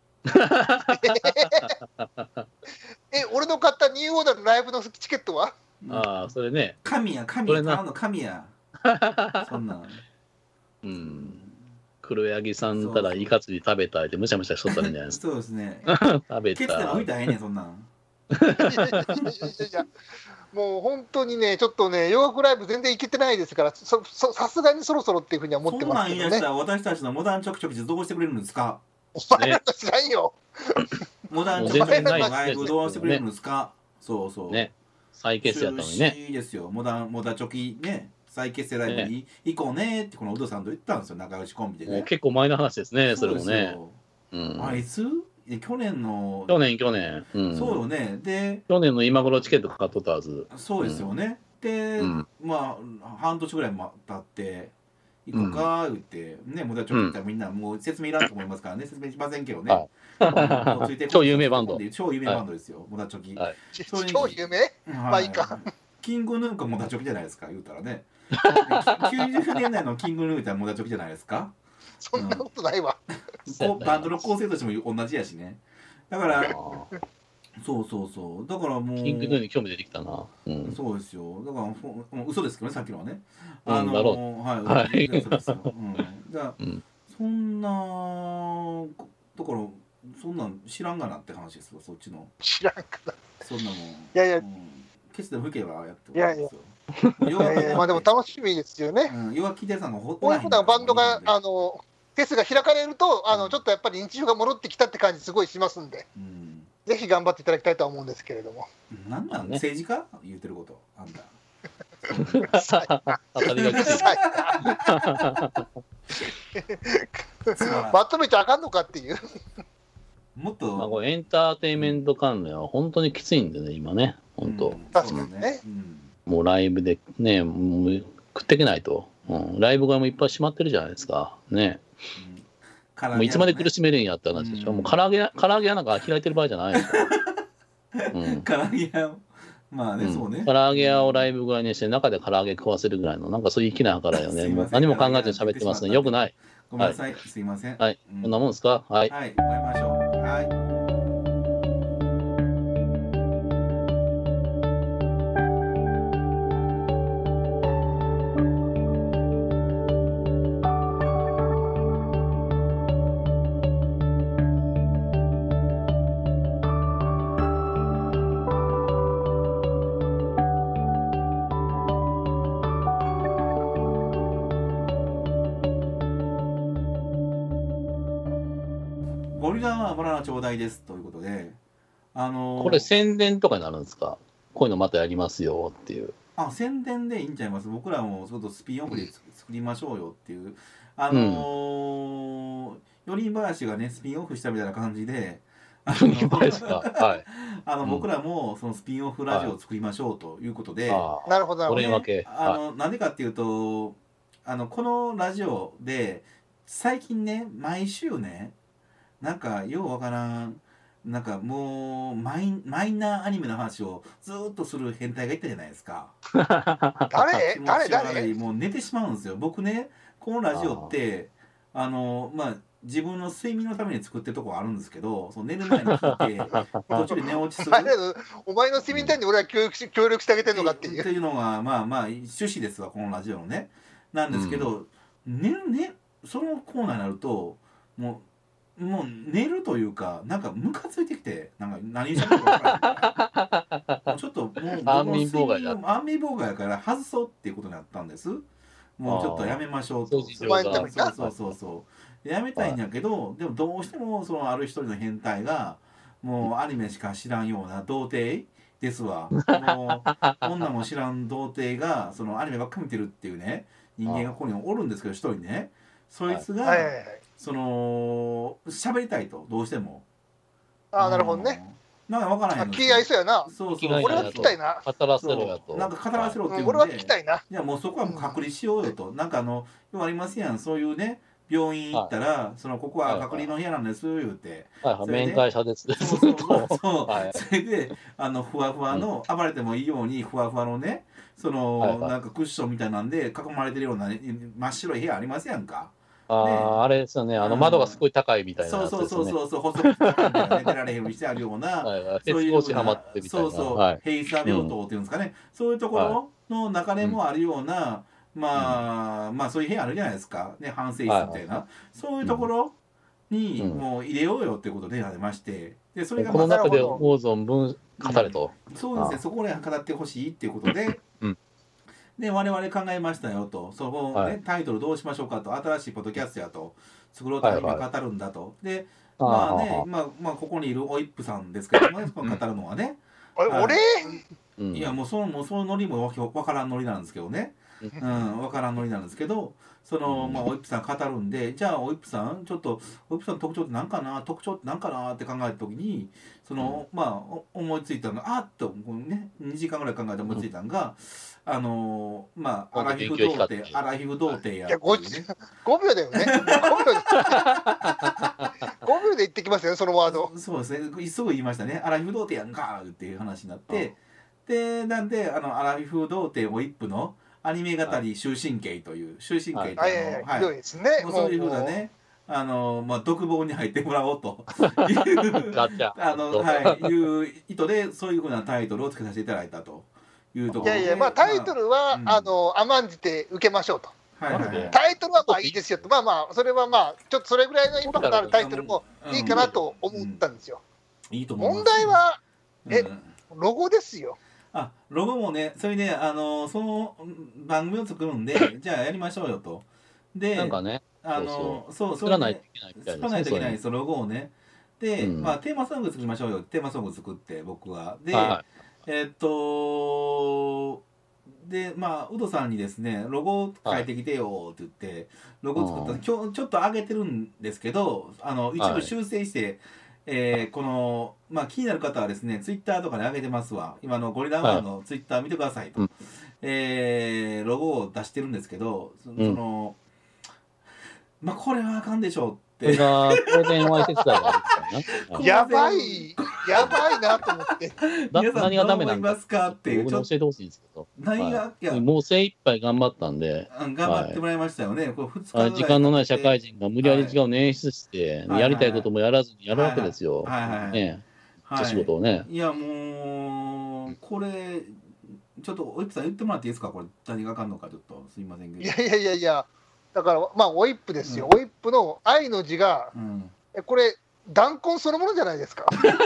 え、俺の買ったニューオーダーのライブのチケットはああ、それね。 神や神それなや買うの神やそんなんうん。黒柳さんたらイカ釣り食べたいってむしゃむしゃしとったらいいんじゃないですか。 そうですね食べケツでもた吹いたらええねんそんなんいやいやいやいやいやもう本当にね、ちょっとね、洋楽ライブ全然行けてないですから、そそさすがにそろそろっていうふうには思ってそんなんますけどね。 言い出したら私たちのモダンチョクチョクどうしてくれるんですかお前らの知らんよ。 モダンチョクチョクのもう全然ないライブどうしてくれるんですかそうそうね。再結成やったのにね。 いいですよモダンモダチョキね再結成ライブに行こうねってこのウドさんと言ったんですよ仲良しコンビでねもう結構前の話ですね、それもね。 そうですようんあいつえ去年の去年、去年。うんそうよねで去年の今頃チケット買っとったはず。 そうですよね、で、 うんまあ半年ぐらい待って行こうか言って、ねモダチョキ行ったらみんなもう説明いらんと思いますからね説明しませんけどね、 はいもうついて超有名バンド超有名バンドですよ、モダチョキ、 はいそれに超有名はいまあいいかキングヌーかモダチョキじゃないですか言うたらねきゅうじゅうねんだいのキングヌー言ったらモダチョキじゃないですかそんなことないわ。 こうバンドの構成としても同じやしねだからあーそうそうそうだからもうキングヌーに興味出てきたな。うん。 そうですよだからほもう嘘ですけどねさっきのはねうんあのだろはい、 はい嘘ですよ、うん、だから、 うんそんなだからそんなん知らんがなって話ですよそっちの知らんから。 そんなもんいやいやうん、ケツで吹けばやっていやいやですよいやいやまあでも楽しみですよね。 うん、弱気でさんがほこういうふうなバンドが、ああの、フェスが開かれると、あの、ちょっとやっぱり日常が戻ってきたって感じすごいしますんで、 うん、 ぜひ頑張っていただきたいとは思うんですけれども。 なんなん、 ね政治家言ってることあんた当たりがきつい。 つまらんまとめちゃあかんのかっていう。 もっと、 まあ、これエンターテインメント関連は本当にきついんでね、今ね、本当、 うん確かにねそうだうんもうライブでね、もう食っていけないと、うん、ライブ側もいっぱい閉まってるじゃないですか、ね、 うんもういつまで苦しめるんやって話でしょ、 うんもう唐揚げ、唐揚げ屋なんか開いてる場合じゃないですよ、うん、 唐揚げ屋まあね、 うんそうね唐揚げ屋をライブ側にして、中で唐揚げ食わせるぐらいの、なんかそういう粋な計らいよね、 すいませんもう何も考えて喋ってますね、よくない、 ごめんなさい、すいませんはい、 うんこんなもんですか、はい、 はい、終わりましょうはいゴリラはバナナちょうだいですということで、あのーこれ、宣伝とかになるんですか、こういうのまたやりますよっていう、 あ宣伝でいいんちゃいます。僕らもちょっとスピンオフで作りましょうよっていうあのー、四人林がねスピンオフしたみたいな感じであのはいあの僕らもそのスピンオフラジオを作りましょうということで、 はなるほどなるほど、 ね、分けあのなんでかっていうとあのこのラジオで最近ね毎週ねなんかようわからんなんかもうマイマイナーアニメの話をずっとする変態がいたじゃないですか。 誰気持誰ち悪い誰もう寝てしまうんですよ。僕ねこのラジオってあのまあ自分の睡眠のために作ってるとこあるんですけど、その寝る前に聞いて途中で寝落ちするお前の睡眠タイムに俺は協力し協力してあげてるのかっていう。 っていうのがまあまあ趣旨ですわこのラジオのね。なんですけど、うん、寝るねそのコーナーになるともうもう寝るというかなんかムカついてきてなんか何しゃべるか分からないちょっともう安眠妨害だ安眠妨害やから外そうっていうことになったんです。もうちょっとやめましょうと。 そうそうそうそうやめたいんやけど、はい、でもどうしてもそのある一人の変態がもうアニメしか知らんような童貞ですわ。もう女も知らん童貞がそのアニメばっか見てるっていうね人間がここにおるんですけど一人ねそいつが、はいはいはい、その喋りたいとどうしても。 ああなるほどね。 なんか分からへんの。 気合いそうやな。 そうそう。 俺は聞きたいな。 語らせろやと。 なんか語らせろって言うんで、 俺は聞きたいな。 いやもうそこはもう隔離しようよと。なんかあのよくありますやんそういうね病院行ったらそのここは隔離の部屋なんです言うて。 はいはい。面会者です。 そうそうそうそう。それであのふわふわの暴れてもいいようにふわふわのねそのなんかクッションみたいなんで囲まれてるような真っ白い部屋ありますやんか。 あね、あれですよね、あの窓がすごい高いみたいなやつですね。 そうそうそうそう、細くて高いみたいな、寝てられへんようにしてあるような、はいはい、そういうような、そうそう、はい、閉鎖病棟っていうんですかね、うん、そういうところの中でもあるような、うん、まあ、まあそういう部屋あるじゃないですか、ね、反省室みたいな、はいはい、そういうところにもう入れようよっていうことでありまして、でそれが、まあ、 この中で思う存分語れと、 うん。そうですね、そこで語ってほしいっていうことで、うんで我々考えましたよとその、ねはい、タイトルどうしましょうかと新しいポッドキャストやと作ろうと今語るんだと、はいはい、でまあねまあまあここにいるおいっぷさんですけどもね語るのはね、 うん、俺いやもうそのもうそのノリもわからんノリなんですけどね、うん、わからんノリなんですけどそのまあおいっぷさん語るんでじゃあおいっぷさんちょっとおいっぷさんの特徴って何かな特徴って何かなって考えた時にその、うん、まあ思いついたのがあっとねにじかんぐらい考えて思いついたのが、うん、あのまあアラフィフ童貞アラフィフ童貞やっていうねごびょうだよねごびょうでごびょうで言ってきますよねそのワード。 そうですねすぐ言いましたねアラフィフ童貞やんかっていう話になって、うん、でなんであのアラフィフ童貞おいっぷのアニメ語り終身刑という終身刑っていうのをそういうふうなねあのまあ独房に入ってもらおうというあのはいいう意図でそういうふうなタイトルをつけさせていただいたというところで。 いやいやまあタイトルは、まあ、あの甘んじて受けましょうと。はいはいはい、タイトルはまあいいですよとまあまあそれはまあちょっとそれぐらいのインパクトあるタイトルもいいかなと思ったんですよ。 うんうん、いいと思います。 問題はえ、うん、ロゴですよ。 あロゴもねそれであのその番組を作るんでじゃあやりましょうよと。でなんかねあのそう作らないといけないみたいな、ね、作らないといけないですロゴをね。で、うん、まあテーマソング作りましょうよテーマソング作って僕はで、はい、えー、っとでまあウドさんにですねロゴ書いてきてよって言って、はい、ロゴ作った今日ちょっと上げてるんですけどあの一部修正して、はいえー、このまあ気になる方はですねツイッターとかで上げてますわ今のゴリラマンのツイッター見てくださいと、はいえー、ロゴを出してるんですけどその、うん、まあこれはあかんでしょうってが当然わいせつ罪があるからなやばいやばいなと思って皆さんどう思いますかっていう僕に教えてほしいんですけど何が、はい、いやもう精一杯頑張ったんで頑張ってもらいましたよね、はい、これふつか時間のない社会人が無理やり時間を捻出して、はい、やりたいこともやらずにやるわけですよ、はいはいはいねはい、仕事をねいやもうこれちょっとおいっぷさん言ってもらっていいですかこれ何があかんのかちょっとすいませんけどいやいやいやいやだからまあおいっぷですよ、うん、おいっぷの愛の字が、うん、えこれ弾痕そのものじゃないですか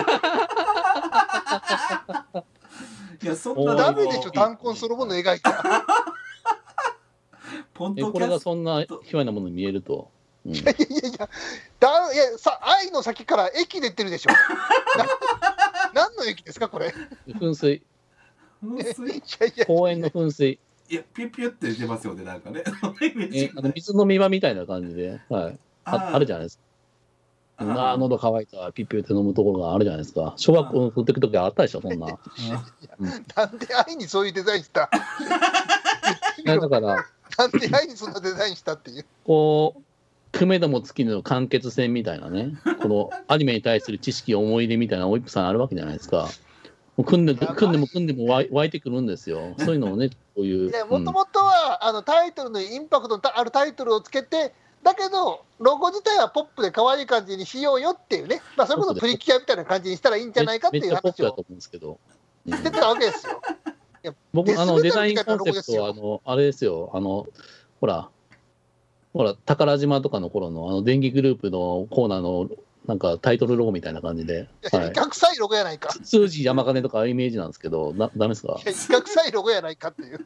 いやそんなダメでしょ弾痕そのもの描いたらポンとこれがそんな卑猥なものに見えると、 うん、いやいやいやだいやさ愛の先から駅出てるでしょな何の駅ですかこれ噴水噴水いやいや、 公園の噴水。 いや、ピュッピュッって出ますよね、なんかね。イメージえあの水飲み場みたいな感じで、はい、ああるじゃないですか。ああ、喉乾いた、ピッピュって飲むところがあるじゃないですか。小学校の時々あったでしょ、そんな。 なんで愛にそういうデザインしたいやだから、 なんで愛にそんなデザインしたっていう。 こう、組めども尽きぬ完結戦みたいなね、このアニメに対する知識、思い出みたいな、オイップさんあるわけじゃないですか。もう組んで組んでも組んでも湧い湧いてくるんですよ。そういうのをね、こういう。 もともとはあのタイトルのインパクトのあるタイトルをつけて、だけど、ロゴ自体はポップで可愛い感じにしようよっていうね、まあ、それこそプリキュアみたいな感じにしたらいいんじゃないかっていう話をめっちゃポップだと思うんですけど。 言ってたわけですよ。いや僕、あのデザインデスメタルコンセプトは、あのあれですよ、あのほら、ほら、宝島とかの頃のあの電気グループのコーナーのなんかタイトルロゴみたいな感じで、 いや、いかくさいロゴやないか。 数字山金とかああいうイメージなんですけど、なダメですか？ いや、いかくさいロゴやないかっていう。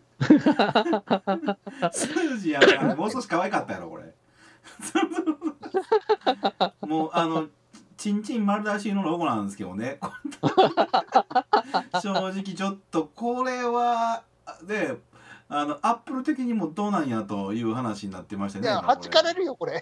数字やからもう少し可愛かったやろ、これ。もう、あの、ちんちん丸出しのロゴなんですけどね。正直ちょっと、これは、で、あの、アップル的にもどうなんやという話になってましたね。 いや、はじかれるよ、これ。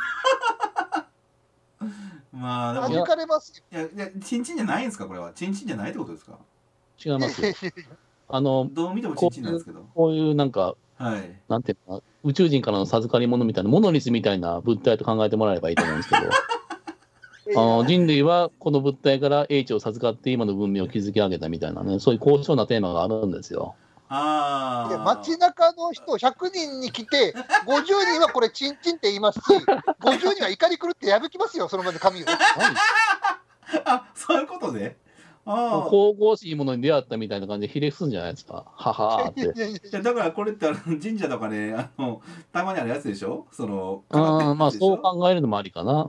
まあ、でも、 はじかれますよ。 いや、いや、ちんちんじゃないんですか、これは。ちんちんじゃないってことですか？ 違いますよ。あの、 どう見てもちんちんなんですけど。 こういうなんか、 はい。 なんていうのかな、宇宙人からの授かり物みたいな、モノリスみたいな物体と考えてもらえればいいと思うんですけど、あの人類はこの物体から英知を授かって今の文明を築き上げたみたいなね、そういう高尚なテーマがあるんですよ。 ああ。 街中の人ひゃくにんに来て、ごじゅうにんはこれ、チンチンって言いますし、ごじゅうにんは怒り狂って破きますよ、その場で紙を。 あ、そういうことで。ああ。 神々しいものに出会ったみたいな感じでひれ伏すんじゃないですか。ははーって。 いやいやいやいやだからこれってあの神社とかね、あのたまにあるやつでしょ、そのうん、まあそう考えるのもありかな。うん。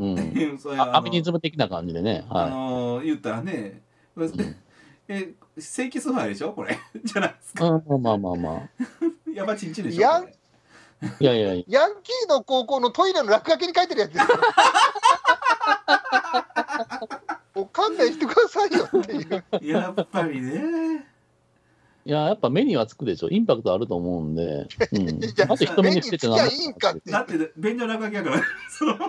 そういうあのアミニズム的な感じでね。 あはの言ったらね、え正規崇拝でしょこれじゃないですい。 か。 うん、まあまあまあ。 やばちんちんでしょヤンこれ。 いやいやいや。 ヤンキーの高校のトイレの落書きに書いてるやつですよ。もう勘弁してくださいよっていう。 やっぱりね。 いや、やっぱ目にはつくでしょ。インパクトあると思うんで。うん。 いやあと人目につけて目につきゃいいんかってだって便所落書きやから。その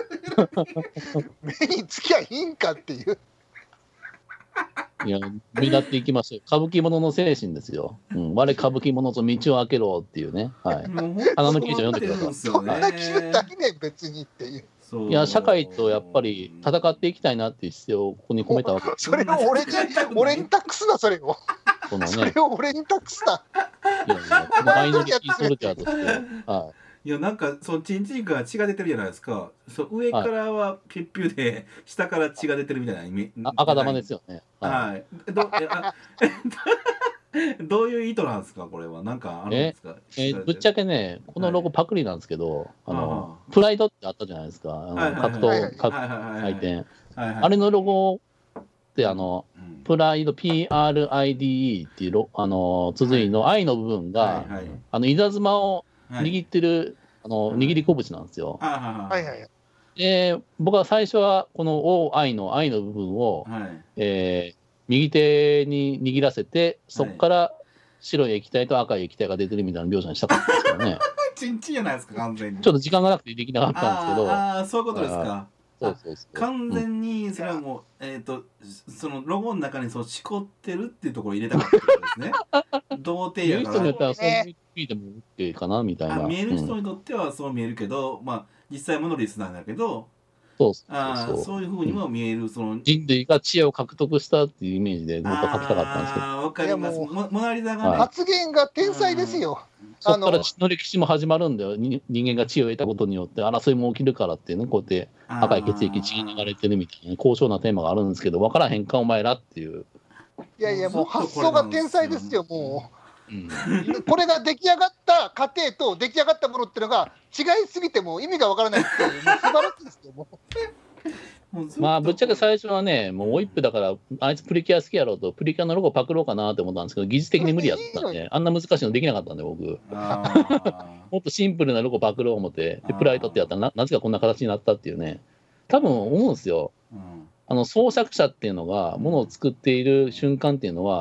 目につきゃいいんかっていう。 いや、目立っていきましょう。歌舞伎者の精神ですよ。うん。我歌舞伎者と道を開けろっていうね。はい。 もう花の記事を読んでくださいそんな急だけね、別にっていう。 いや、社会とやっぱり戦っていきたいなっていう姿勢をここに込めたわけです。 それを俺に俺に託すな、それを。 このそれね、 を俺に託すな。 いやいや、このマイノリティソルジャーとして、はい。 いやなんかそのチンチンから血が出てるじゃないですか。そう上からはピュッピュで下から血が出てるみたいなイメージ。 あ赤玉ですよね。 はい。どえあどういう意図なんですかこれは。なんかあるんですか。 えーぶっちゃけね、このロゴパクリなんですけど、ああの、プライドってあったじゃないですか。あのはいはいはいはいはい格闘、格はいはいはい回転。 はいはいあれのロゴって、あの、 うんプライド、ピーアールアイディーイー っていうロ、あの、綴りの愛の部分が、 はいはいあの、稲妻をはい握ってる、あの、 はい握り拳なんですよ。 あはいはいはいはい。 で、僕は最初は、この O 愛の愛の部分を、 はいえー右手に握らせて、そこから白い液体と赤い液体が出てるみたいな描写にしたかったんですけどね。 チンチンじゃないですか完全に。 ちょっと時間がなくてできなかったんですけど、 あーあーそういうことですか。 そうそうそう。 完全にそれはもう、えっ、とそのロゴの中にそうしこってるっていうところを入れたかったってことですね。童貞見るやから人によってはそういう意味でも OK かなみたいな。 あ見えるうん人にとってはそう見えるけど、まあ実際モノリスなんだけど、 そうそうあーそうそういうふうにも見えるその。 人類が知恵を獲得したっていうイメージで僕は書きたかったんですけど、 ああわかります。 いやもうモモナリザがね、 はい発言が天才ですよ。 そこからあの血の歴史も始まるんだよ。に人間が知恵を得たことによって争いも起きるからっていうね、こうやって赤い血液血が流れてるみたいな、ね、高尚なテーマがあるんですけど、分からへんかお前らっていう。 いやいや、もう発想が天才ですよ、もうんう。これが出来上がった過程と出来上がったものっていうのが違いすぎても意味がわからないっていう、もう素晴らしいですよ、もう。 もうずっとまあぶっちゃけ最初はね、もうオイップだから、あいつプリキュア好きやろうと、プリキュアのロゴパクろうかなって思ったんですけど、技術的に無理やったんで、あんな難しいのできなかったんで、僕。 あーもっとシンプルなロゴパクろう思って、であープライドってやったらな、なぜかこんな形になったっていうね、多分思うんですよ。 うんあの創作者っていうのが、ものを作っている瞬間っていうのは、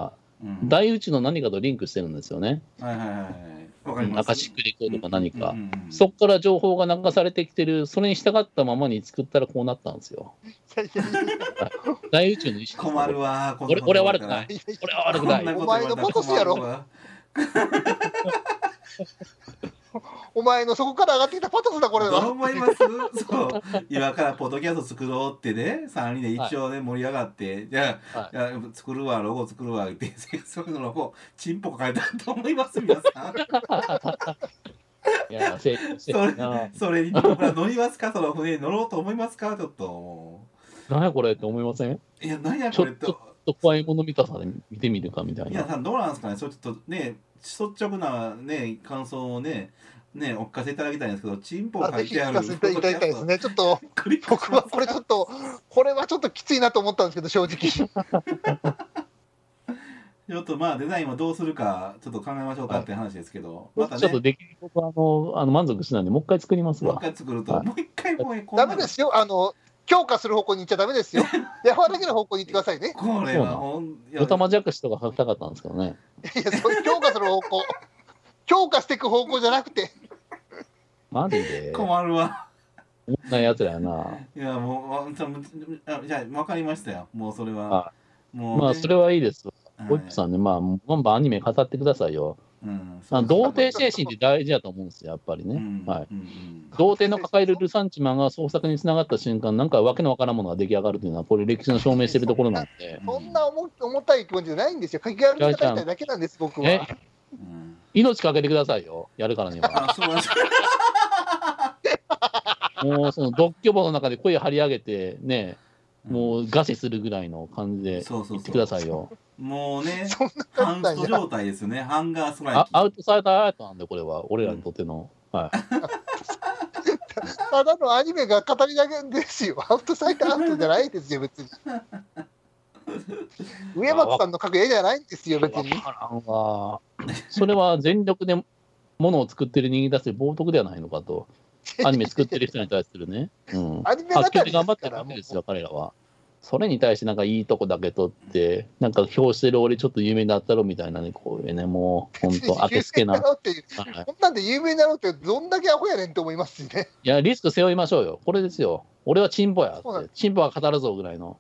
うん大宇宙の何かとリンクしてるんですよね。 はいはいはいはい。わかります。 アカシックレコードか何か。 うんうんうんうんそこから情報が流されてきてる、それに従ったままに作ったらこうなったんですよ。 いやいやいや大宇宙の意識。 困るわ。 俺俺は悪くない。 いやいや俺は悪くない。 お前のパトスやろお前のそこから上がってきたパトスだこれどうは。 思いますそう今からポッドキャスト作ろうってねさんにんで一応ね、盛り上がってじゃあ、 はいじゃあ作るわロゴ作るわってそういうのロゴチンポ書かれたと思います皆さんいや、せせそれなそれに僕ら乗りますかその船に乗ろうと思いますかちょっとも何やこれって思いません？ ういや何やちょっこれとと怖いもの見たさで見てみるかみたいな。 皆さんどうなんですかねそれちょっとね率直なね感想をねねお聞かせいただきたいんですけどチンポあぜひ聞書いてあるかせていただきたいですね。ちょっとクリック僕はこれちょっとこれはちょっときついなと思ったんですけど正直。 ちょっとまあデザインはどうするかちょっと考えましょうかって話ですけど、またねちょっとできることはあのあの満足しないんで、もう一回作りますもう一わ。 回作ると、 はいもう一回もうこんなのダメですよ。あの強化する方向に行っちゃダメですよ。柔らかな方向に行ってくださいね。 これはほんいやドタマジャクシとか書きたかったんですけどね。 いやそう強化する方向、強化していく方向じゃなくて。 マジで。 困るわこんなやつらやな。 いやもうああじゃあ分かりましたよもうそれは、 はもう、ね、 まあ、それはいいです。 はいホイップさんね、まあ、バンバンアニメ語ってくださいよ。 うんあの童貞精神って大事だと思うんですよ、やっぱりね。 うんはい。 うんうん童貞の抱えるルサンチマンが創作につながった瞬間、なんかわけのわからんものが出来上がるというのは、これ歴史の証明してるところなんで、 そんな重重たい気持ちじゃないんですよ。書き換える方したいだけなんです僕は。 えうん命かけてくださいよ、やるからには。 あそうなんですもうその独居房の中で声張り上げて、ね、もう餓死するぐらいの感じでそうそうそう言ってくださいよ。 もうねそんなハン簡単じゃスト状態ですよねハンガーストライキあアウトサイダーアートなんで、これは、俺らにとっての。はい。 ただのアニメが語りだけですよ。アウトサイダーアウトじゃないですよ別に。上松さんの描く絵じゃないんですよ別に。 わからんわ。それは全力でものを作ってる人間たち冒涜ではないのかと。アニメ作ってる人に対するね。うん。 アニメ語り発狂で頑張ってですからるわけですよ、彼らは。それに対してなんかいいとこだけ取って、なんか表してる俺ちょっと有名になったろみたいなね、こういうね、もう本当、あけすけな。 有名になろうっていうはいこんなんで有名になろうってどんだけアホやねんって思いますしね。 いや、リスク背負いましょうよ。これですよ。俺はチンポやそうなんで。 って。チンポは語るぞぐらいの。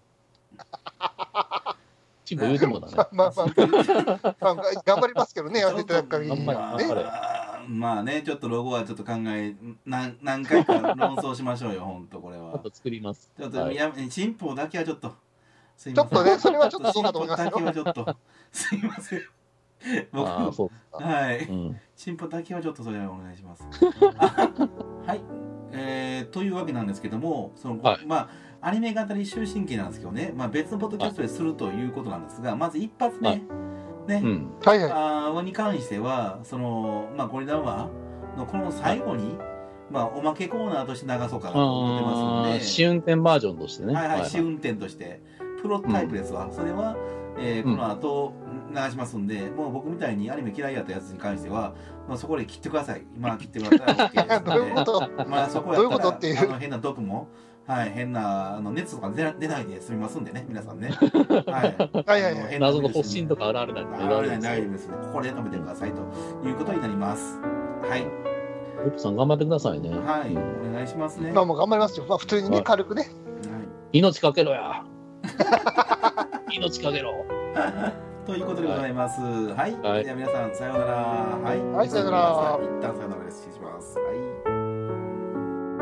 チンポ言うてもだね。 まあまあ、まあ、まあ頑張りますけどね、やっていただく限りあんまりは頑張れね。 まあねちょっとロゴはちょっと考え何何回か論争しましょうよ本当これはちょっと作ります。 ちょっと、 はいいや進歩だけはちょっとすいちょませんっとね、それはちょっとどうかと思いますよ。 進歩だけはちょっとすいません僕ああ、そう。 はいうん。 進歩だけはちょっとそれはお願いしますはい、えー、というわけなんですけどもその、 はいまあアニメ語り終身刑なんですけどね、まあ、別のポッドキャストでするということなんですがまず一発目、 はいね、 うん。 はいはい。 あーに関してはその、まあ、ゴリラワのこの最後に、まあ、おまけコーナーとして流そうかなと思ってますのああ、 で試運転バージョンとしてね。 はいはい、試運転としてプロタイプですわ、それは、えーこの後流しますんで、もう僕みたいにアニメ嫌いやったやつに関しては、まあ、そこで切ってください今切ってもらったら OK ですどういうこのでとまあそこやどういうったらことっていうあの変な毒も、はい、変なあの熱とか出な出ないで済みますんでね皆さんねはいはいはいはいあの変な謎の発疹とか現れないあられない大丈夫ですね。ここで止めてくださいということになります。はい。 オプさん頑張ってくださいね。 はい。 うんお願いしますね。 まあもう頑張りますよ。まあ普通にね、 はい軽くね。 命かけろや。命かけろ。 ということでございます。はい。 はいじゃあ皆さんさようなら。はい。 はいさようなら一旦さようならです。失礼します。はい。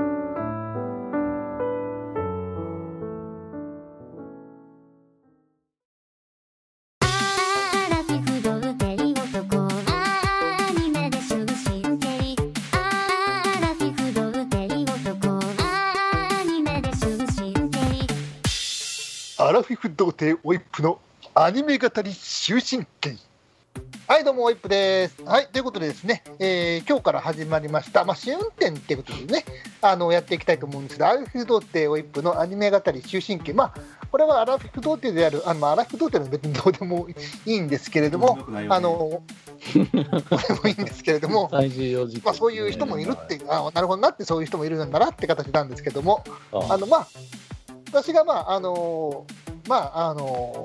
アラフィフ童貞男アニメで終身刑アラフィフ童貞男アニメで終身刑アラフィフ童貞オイップのアニメ語り終身刑。はいどうもオイップです。はいということでですね、えー今日から始まりました、まあ、試運転っていうことでねあのやっていきたいと思うんですけど、アラフィフ童貞オイップのアニメ語り終身刑、まあこれはアラフィフ童貞であるあの、まあ、アラフィフ童貞の別にどうでもいいんですけれども、 よくないよねあのどうでもいいんですけれども最重要事項。 まあ、そういう人もいるっていう、あなるほどなって、そういう人もいるんだなって形なんですけども、あのまあ、私が、まああのまああの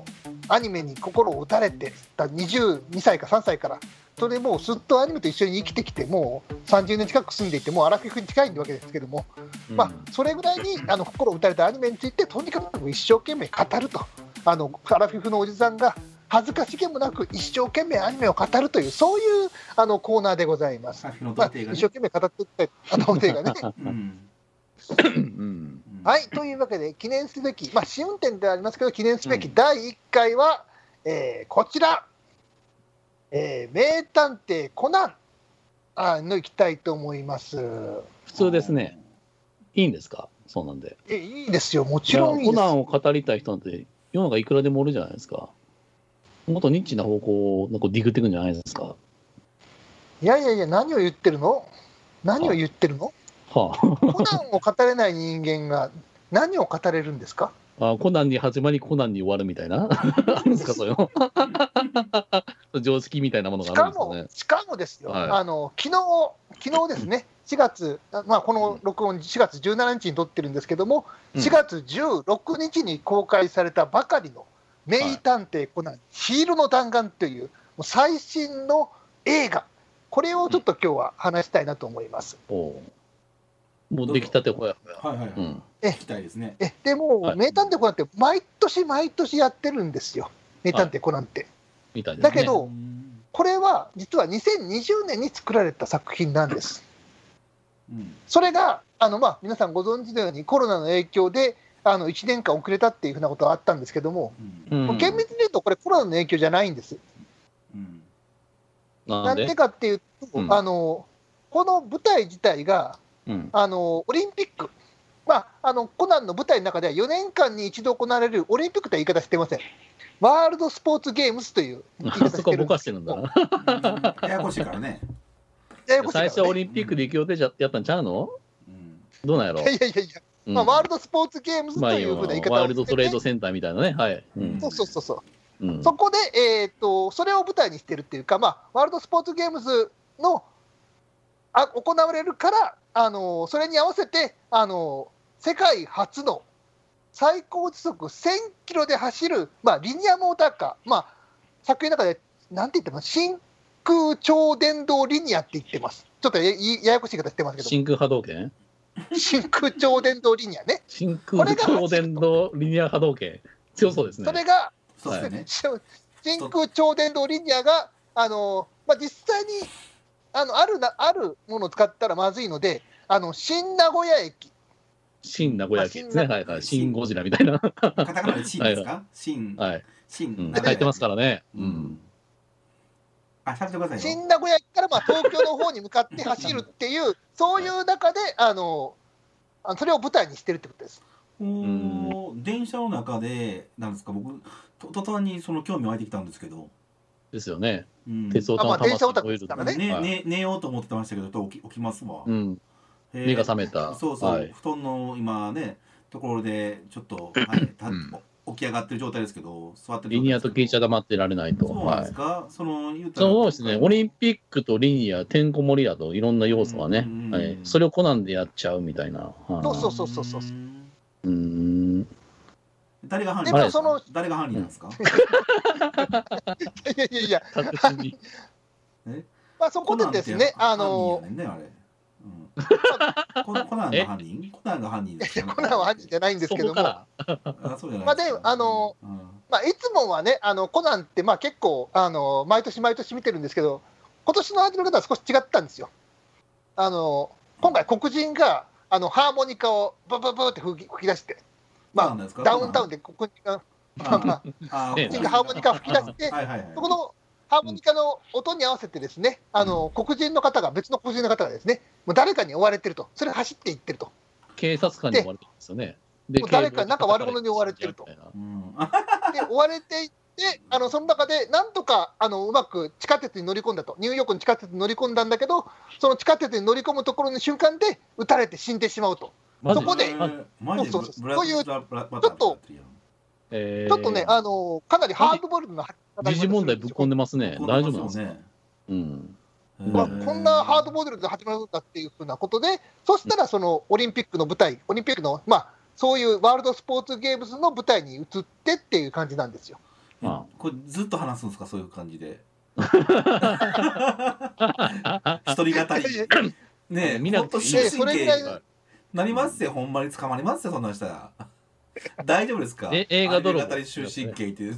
アニメに心を打たれてたにじゅうにさいかさんさいから、それもうずっとアニメと一緒に生きてきて、もうさんじゅうねん近く住んでいて、もうアラフィフに近いわけですけども、まあ、それぐらいにあの心を打たれたアニメについてとにかく一生懸命語ると、あのアラフィフのおじさんが恥ずかしげもなく一生懸命アニメを語るという、そういうあのコーナーでございます。まあ、一生懸命語っていってあの映画ね、 うんうんはい、というわけで記念すべき、まあ、試運転ではありますけど記念すべきだいいっかいは、えーこちら、えー名探偵コナンあのいきたいと思います。 普通ですね。いいんですか、そうなんで。 えいいですよ、もちいやろんいいです。 コナンを語りたい人なんて世の中いくらでもおるじゃないですか。もっとニッチな方向をなんかディグっていくんじゃないですか。 いやいやいや、何を言ってるの何を言ってるのはコナンを語れない人間が何を語れるんですか。 あ、あコナンに始まりコナンに終わるみたいなあるんですか、そういうの常識みたいなものしかも、 があるんですかね。 しかもですよ、 はいあの昨日昨日ですね、しがつ、まあ、この録音、しがつじゅうしちにちに撮ってるんですけども、 うんしがつじゅうろくにちに公開されたばかりの名探偵コナン、ヒールの弾丸という、もう最新の映画、これをちょっと今日は話したいなと思います。 おうもう出来たてほやほや。 はいはいはい、 うんえ聞きたいですね。 えでも、 はい名探偵コナンって毎年毎年やってるんですよ、名探偵コナンって。 みたいですね。 だけどうんこれは実はにせんにじゅうねんに作られた作品なんです。 うんそれがあの、まあ、皆さんご存知のようにコロナの影響であのいちねんかん遅れたっていうふうなことがあったんですけども、 うんうん厳密に言うとこれコロナの影響じゃないんです。 うんなでなんんでかっていうと、 うんあのこの舞台自体がうんあのオリンピック、まあ、あのコナンの舞台の中ではよねんかんに一度行われるオリンピックという言い方してません、ワールドスポーツゲームズという言い方あそこはぼしてるんですかしてるんだな。 ややこしいからね。 ややこしいからね最初はオリンピックで行く予定じゃやったんちゃうのうんどうなんやろいやいやいやいや、 うんまあ、ワールドスポーツゲームズとまあいうふうな言い方ワーをしてて、 ルドトレードセンターみたいなね。はい。うんそうそうそうそううんそこで、えー、とそれを舞台にしてるっていうか、まあ、ワールドスポーツゲームズのあ行われるから、あのそれに合わせて、あの世界初の最高時速せんキロで走る、まあ、リニアモーターカー、まあ、作品の中でなんて言ってます、真空超電導リニアって言ってます。ちょっとやややこしい言い方してますけど、 真空波動拳真空超電導リニアね。 真空超電導リニア波動拳強そうですね。 それがそうですね。 真空超電導リニアが、あのまあ、実際にあのあるなあるものを使ったらまずいので、あの新名古屋駅、 新名古屋駅ですね。 まあはいはい。新ゴジラみたいな。 カタカナでシンですか？シン。 はい。 シン。 うん書いてますからね。ううんん。あ、喋ってくださいよ。 新名古屋駅からまあ東京の方に向かって走るっていう、そういう中であのあのそれを舞台にしてるってことです。 おー電車の中でなんですか、僕と途端にその興味湧いてきたんですけど、 ですよね。 うん、 鉄オタのあまあ電車オタ魂クですからねねはいね寝ようと思ってましたけど、と起き起きますわ。 うん。 へー目が覚めたそうそう、 はい布団の今ねところでちょっと、はいたうん起き上がってる状態ですけど、座ってるリニアと聞いちゃだ黙ってられないと。 そうなんはい。 ですか、その言うたらそうですね。オリンピックとリニア、てんこ盛りだといろんな要素がねうん。 はい。それをコナンでやっちゃうみたいな。はいそうそうそうそうそううんうーん。 誰が犯人でなんですかもその誰が犯人なんですか、 いやいやいや、 確信に。 まあ、そこでですね、あのコナンって犯人やねんねあれ。うん、コナコナンが犯人コナンが犯人ですよね。 コナンは犯人じゃないんですそけども、 こから。 あ、そうじゃないまあであのうんまあ、いつもはね、あのコナンってまあ結構あの毎年毎年見てるんですけど、今年の始め方は少し違ったんですよ。あの今回黒人があのハーモニカをブブブって吹き吹き出して、まあそうなんですかダウンタウンで黒人がまあまああね黒人がハーモニカを吹き出して、 はいはいはい。 そこのハーモニカの音に合わせてですね、あの黒人の方が別の黒人の方がですね、もう誰かに追われてると、それが走っていってると。 警察官に追われてるんですよね。でもう誰かなんか悪者に追われてるとみたいなうん、 で追われていって、あのその中でなんとかあのうまく地下鉄に乗り込んだと、ニューヨークの地下鉄に乗り込んだんだけど、その地下鉄に乗り込むところの瞬間で撃たれて死んでしまうと、 マジそこでまマジでそうそうそうブラそういうブラブラブラちょっとえーちょっとね、あのかなりハードボールドな時事問題ぶっ込んでますね。大丈夫なんですか、 ね。 うん。 まあ、こんなハードボールドで始まるんだっていうふうなことで、そしたらそのオリンピックの舞台、オリンピックの、まあ、そういうワールドスポーツゲームズの舞台に移ってっていう感じなんですよ。 あこれずっと話すんですか、そういう感じで。一人語り。ねえ、 見なほんとくていい終身刑それぐらいなりますよ、ほんまに捕まりますよ、そんな人は。大丈夫ですか？ え映画泥棒あれ語り終身刑って言って。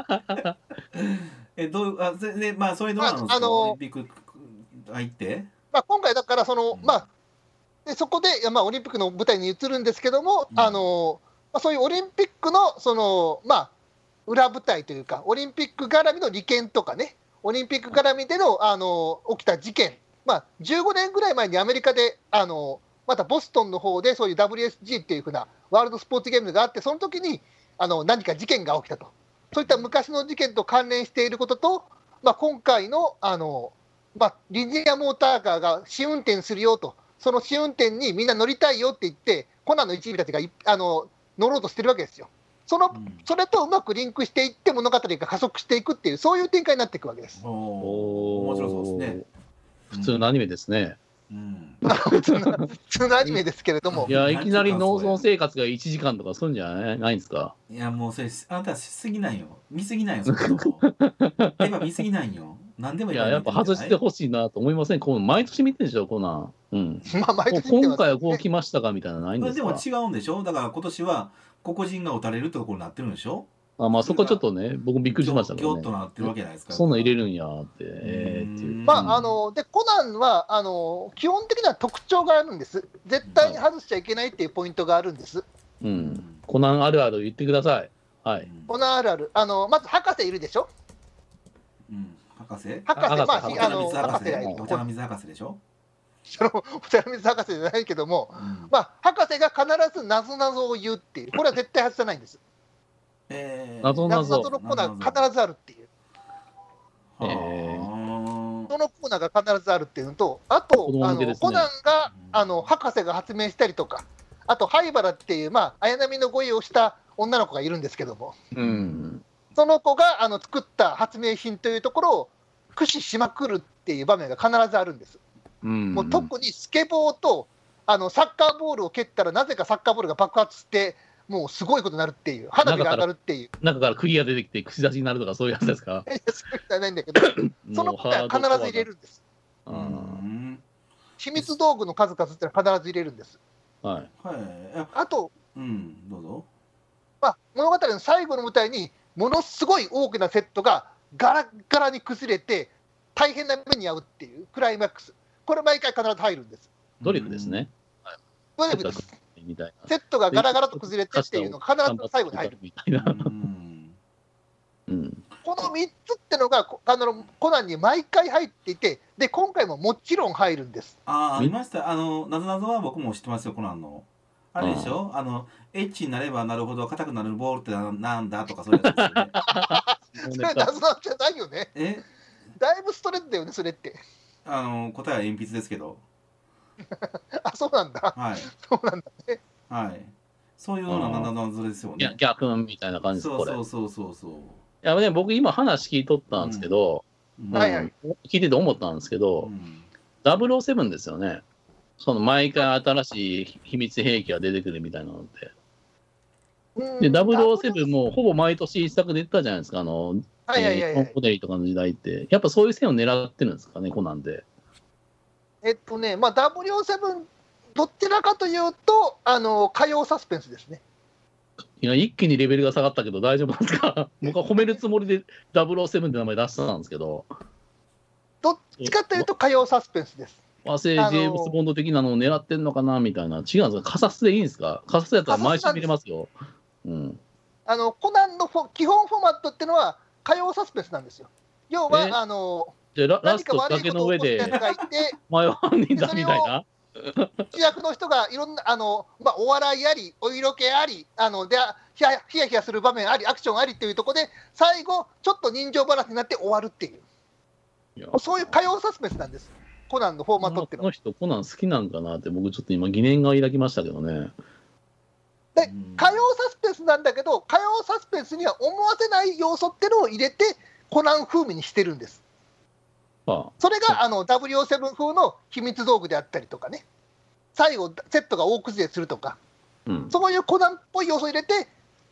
え、どう、あ、それで、まあ、それどうなんですか、 まああのオリンピック入って。 まあ、今回だからその、 うんまあ、でそこで、いやまあ、オリンピックの舞台に移るんですけども、 うんあのまあ、そういうオリンピックのその、まあ、裏舞台というか、オリンピック絡みの利権とかね、オリンピック絡みでの、あの起きた事件、まあ、じゅうごねんぐらい前にアメリカで、あのまたボストンの方でそういう ダブリューエスジー っていうふうなワールドスポーツゲームがあって、その時にあの何か事件が起きたと、そういった昔の事件と関連していることと、まあ、今回の、あの、まあ、リニアモーターカーが試運転するよと、その試運転にみんな乗りたいよって言って、コナンの一味たちがいあの乗ろうとしてるわけですよ。そのうんそれとうまくリンクしていって物語が加速していくっていう、そういう展開になっていくわけです。 おお、面白そうですね。 普通のアニメですね。 うん。 普通の普通のアニメですけれどもい、や、いきなり農村生活がいちじかんとかするんじゃないないんですか？ いや、もうそれ、あなたしすぎないよ。見すぎないよ、そんなの。やっぱ見すぎないよ。何でもいや、やっぱ外してほしいなと思いません？こう毎年見てるでしょ、コナン。うん。 まあ、毎もう年見てます今回はこう来ましたかみたいなのないんですでもか？ 違うんでしょ。だから今年は黒人が撃たれるってところになってるんでしょ。 あ、まあそこちょっとね、僕びっくりしましたけどギョッとね。 なってるわけじゃないですか。 そんなん入れるんやって、えーっていう。 うんまああのでコナンはあの基本的な特徴があるんです。絶対に外しちゃいけないっていうポイントがあるんです。 う。 うんんコナンあるある言ってください。はい。 コナンあるある、あのまず博士いるでしょ。 うん。博士。 博士、まあ、 博士博士お茶のひあの水博士博士がいる。 お茶の水博士でしょ。 そのお茶の水博士じゃないけども、 うんまあ、博士が必ずなぞなぞを言うっていう、これは絶対外さないんです。 えー謎なぞなぞのコーナー必ずあるっていう、 えはそのコーナーが必ずあるっていうのと、あと、 子供あ向けですねのコナンがあの博士が発明したりとか、あと灰原っていう、まあ、綾波の声をした女の子がいるんですけども、 うん。 その子があの作った発明品というところを駆使しまくるっていう場面が必ずあるんです。 うん。 もう特にスケボーとあのサッカーボールを蹴ったら、なぜかサッカーボールが爆発して、もうすごいことになるっていう、花火が上がるっていう、 中から釘が出てきて口出しになるとかそういうやつですか？ いやそうじゃないんだけど、その子が必ず入れるんです。 あ。うん。 秘密道具の数々ってのは必ず入れるんです。 はい。 はい。ああと、 うん。どうぞ。 まあ、物語の最後の舞台に、ものすごい大きなセットがガラッガラに崩れて、大変な目に遭うっていうクライマックス、これ、毎回必ず入るんです。 ドリフですね。 ドリフです。 みたいな。 セットがガラガラと崩れてっていうのが必ず最後に入る。 みたいな。 うん。 うん。 このみっつってのがこあのコナンに毎回入っていて、で今回ももちろん入るんです。 ああ、ありました。あの、なぞなぞは僕も知ってますよ、コナンの。あれでしょ、あの、エッチになればなるほど硬くなるボールってななんだとかそういうやつですよね。 それ謎なんじゃないよね。 えだいぶストレートだよね、それって。 あの、答えは鉛筆ですけど。 あ、そうなんだ。 はい。 そうなんだね。 はい。そういうようななぞなぞですよいやね。 逆みたいな感じです、これ。いそうそうそうそうそう。 やね、僕今話聞いとったんですけど、 うんはいはいうん聞いてて思ったんですけうど、 んダブルオーセブンですよね。その毎回新しい秘密兵器が出てくるみたいなのって。 うんで、ダブルオーセブンもほぼ毎年一作出てたじゃないですか、あの、 はいはいはいはいえーコンポネリとかの時代って。やっぱそういう線を狙ってるんですかね、コナンで。 えっとね、まあ、ダブリューセブン、どちらかというと、あの火曜サスペンスですね。 いや、一気にレベルが下がったけど大丈夫なんですか？僕は褒めるつもりでダブルオーセブンって名前出したんですけど、 どっちかというと火曜サスペンスです。 和製ジェームス・ボンド的なのを狙ってんのかなみたいな。違うんですか？カサスでいいんですか？カサスやったら毎週見れますよ。うん。 あのコナンのフォ基本フォーマットっていうのは火曜サスペンスなんですよ。要えはあのじゃあララ何かスト悪いことを崖の上で起こしたやつがいて、 前は犯人だみたいな。 主役の人がいろんなあの、まあ、お笑いあり、お色気あり、あのでヒヤヒヤヒヤする場面あり、アクションありっていうところで、最後、ちょっと人情話になって終わるっていう、 いやそういう火曜サスペンスなんです、コナンのフォーマットっていうのは。 この人、コナン好きなんかなって僕ちょっと今疑念が抱きましたけどね。 でうん火曜サスペンスなんだけど、火曜サスペンスには思わせない要素っていうのを入れて、コナン風味にしてるんです。 あそれがあの ダブリューオーセブン 風の秘密道具であったりとかね、最後、セットが大崩れするとか、 うん。 そういうコナンっぽい要素を入れて、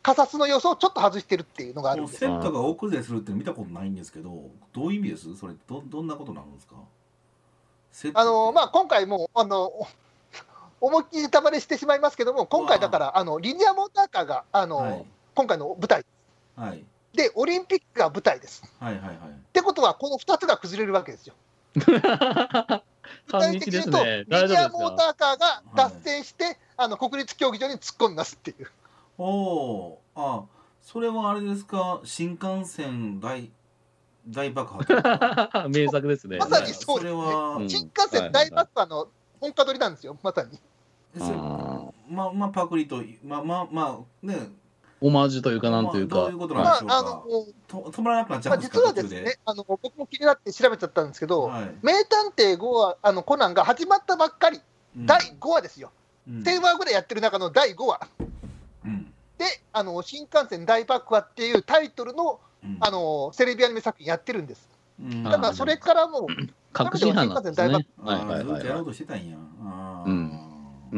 カサスの要素をちょっと外してるっていうのがあるんです。 セットが大崩れするって見たことないんですけど、どういう意味です？それ ど, どんなことなんですか？セットあのまあ、今回もあの思いっきりネタバレしてしまいますけども、今回だからあのリニアモーターカーがあの、はい、今回の舞台、 はい、 でオリンピックが舞台です。 はいはいはい、 ってことはこのふたつが崩れるわけですよ。具体的に言うと、ね、リニアモーターカーが脱線して、はい、あの国立競技場に突っ込みますっていう。 おお、あ、それはあれですか、新幹線大大爆破名作ですね。 まさにそうですね。新幹線大爆破の本家取りなんですよ、まさに。 あまあまあパクリと、まあまあまあね、 オマージュというかなんというか、 まあ、どういうことなんでしょうか。まあ、あのと止まらなくなっちゃうんですか。 まあ、実はですね、あの僕も気になって調べちゃったんですけど、はい、名探偵ごわ、あのコナンが始まったばっかり、うん、だいごわですよ。うん、せんわぐらいやってる中のだいごわ。うん、であの、新幹線大爆破っていうタイトルの、うん、あのテレビアニメ作品やってるんです。うん、だからそれからもう、 確信犯なんですね。 はいはいはい。やろうとしてたんや。あうん。うん。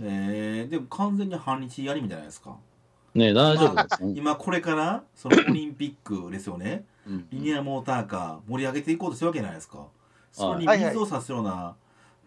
えー、でも完全に反日やりみたいですか。 ね、大丈夫です、 ね、今これからそのオリンピックですよね。うん、リニアモーターカー盛り上げていこうとするわけじゃないですか。それに水を差すような、はいはい、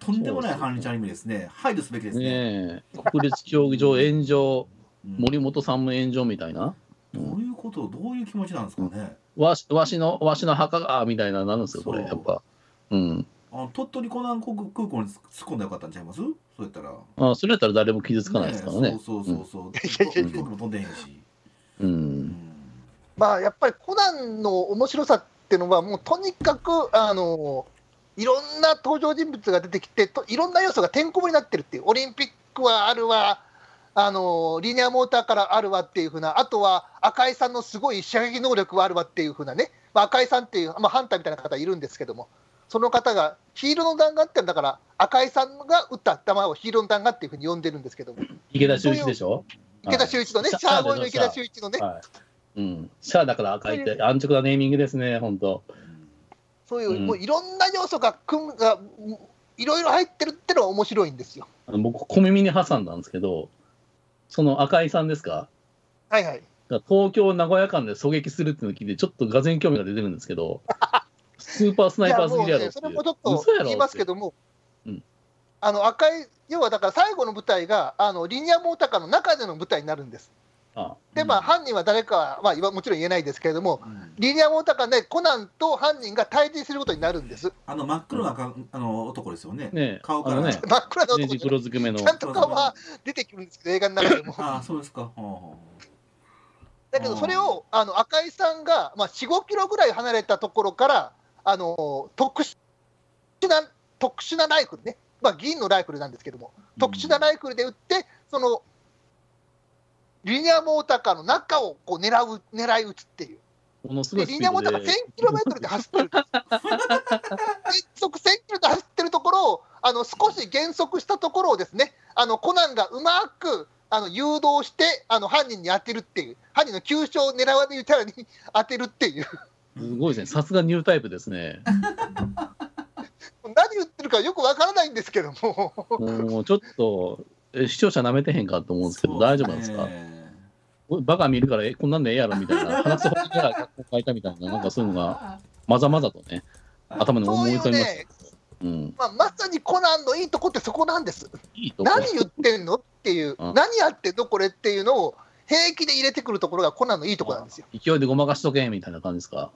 とんでもない反日アニメですね。排除すべきですね。 ね国立競技場炎上、うん、森本さんも炎上みたいな。 どういうこと、どういう気持ちなんですかね。 わし、わしの、わしの墓がみたいななるんですよ、これ、やっぱ。うん。 あ、鳥取コナン空港に突っ込んだらよかったんちゃいます？そうやったら。 あ、それやったら誰も傷つかないですからね。 ね、そうそうそうそう。うん、飛行機も飛んでへんし。 うん。うん、 まあ、やっぱりコナンの面白さっていうのは、もうとにかく、あの、いろんな登場人物が出てきて、といろんな要素がてんこ盛りになってるっていう、オリンピックはあるわ。あのリニアモーターからあるわっていうふうな、あとは赤井さんのすごい射撃能力はあるわっていうふうなね、まあ、赤井さんっていう、まあ、ハンターみたいな方いるんですけども、その方がヒーローの弾丸ってんだから、赤井さんが撃った弾をヒーローの弾丸っていうふうに呼んでるんですけども、 池田秀一でしょ。 池田秀一のね、シャーボーイの池田秀一のね、 はい、うん、シャーだから赤いって安直なネーミングですね、本当。 そういう、うん、もういろんな要素が組がいろいろ入ってるってのは面白いんですよ。 あの僕小耳に挟んだんですけど、その赤井さんですか、 はいはい、 東京名古屋間で狙撃するっていうのを聞いてちょっとがぜん興味が出てるんですけどスーパースナイパーすぎるやろっていう。いやもうね、 それもちょっと言いますけども、うん、あの赤い要はだから最後の舞台があのリニアモーターカーの中での舞台になるんです。ああでまあ、うん、犯人は誰かは、まあ、もちろん言えないですけれども、うん、リニアモーターカーでコナンと犯人が対峙することになるんです。 あの真っ黒なか、うん、あの男ですよね。 ね顔からね、 真っ黒な男ね、黒ずくめのちゃんと顔は出てくるんですけど、映画の中でも。 ああ、そうですか。 だけどそれをあの赤井さんが、まあ、よん、ごキロぐらい離れたところからあの特殊な特殊なライフルね、まあ、銀のライフルなんですけども、特殊なライフルで撃って、そのリニアモーターカーの中をこう狙う狙い撃つっていう。 ものすごいリニアモーターカーせんキロメートルで走ってる連続せんキロで走ってるところをあの少し減速したところをですね、あのコナンがうまくあの誘導してあの犯人に当てるっていう、犯人の急所を狙われるキャラに当てるっていう。 すごいですね、さすがニュータイプですね。 何言ってるかよくわからないんですけどももうちょっと視聴者なめてへんかと思うんですけど、大丈夫なんですか？バカ見るからえこんなんでええやろみたいな、話すほどから学校書いたみたいな、なんかそういうのがまざまざとね、頭に思い浮かびました。うん、 まあ、まさにコナンのいいとこってそこなんです。いいとこ何言ってんのっていう、何やってんのこれっていうのを平気で入れてくるところがコナンのいいところなんですよ。 勢いでごまかしとけみたいな感じですか？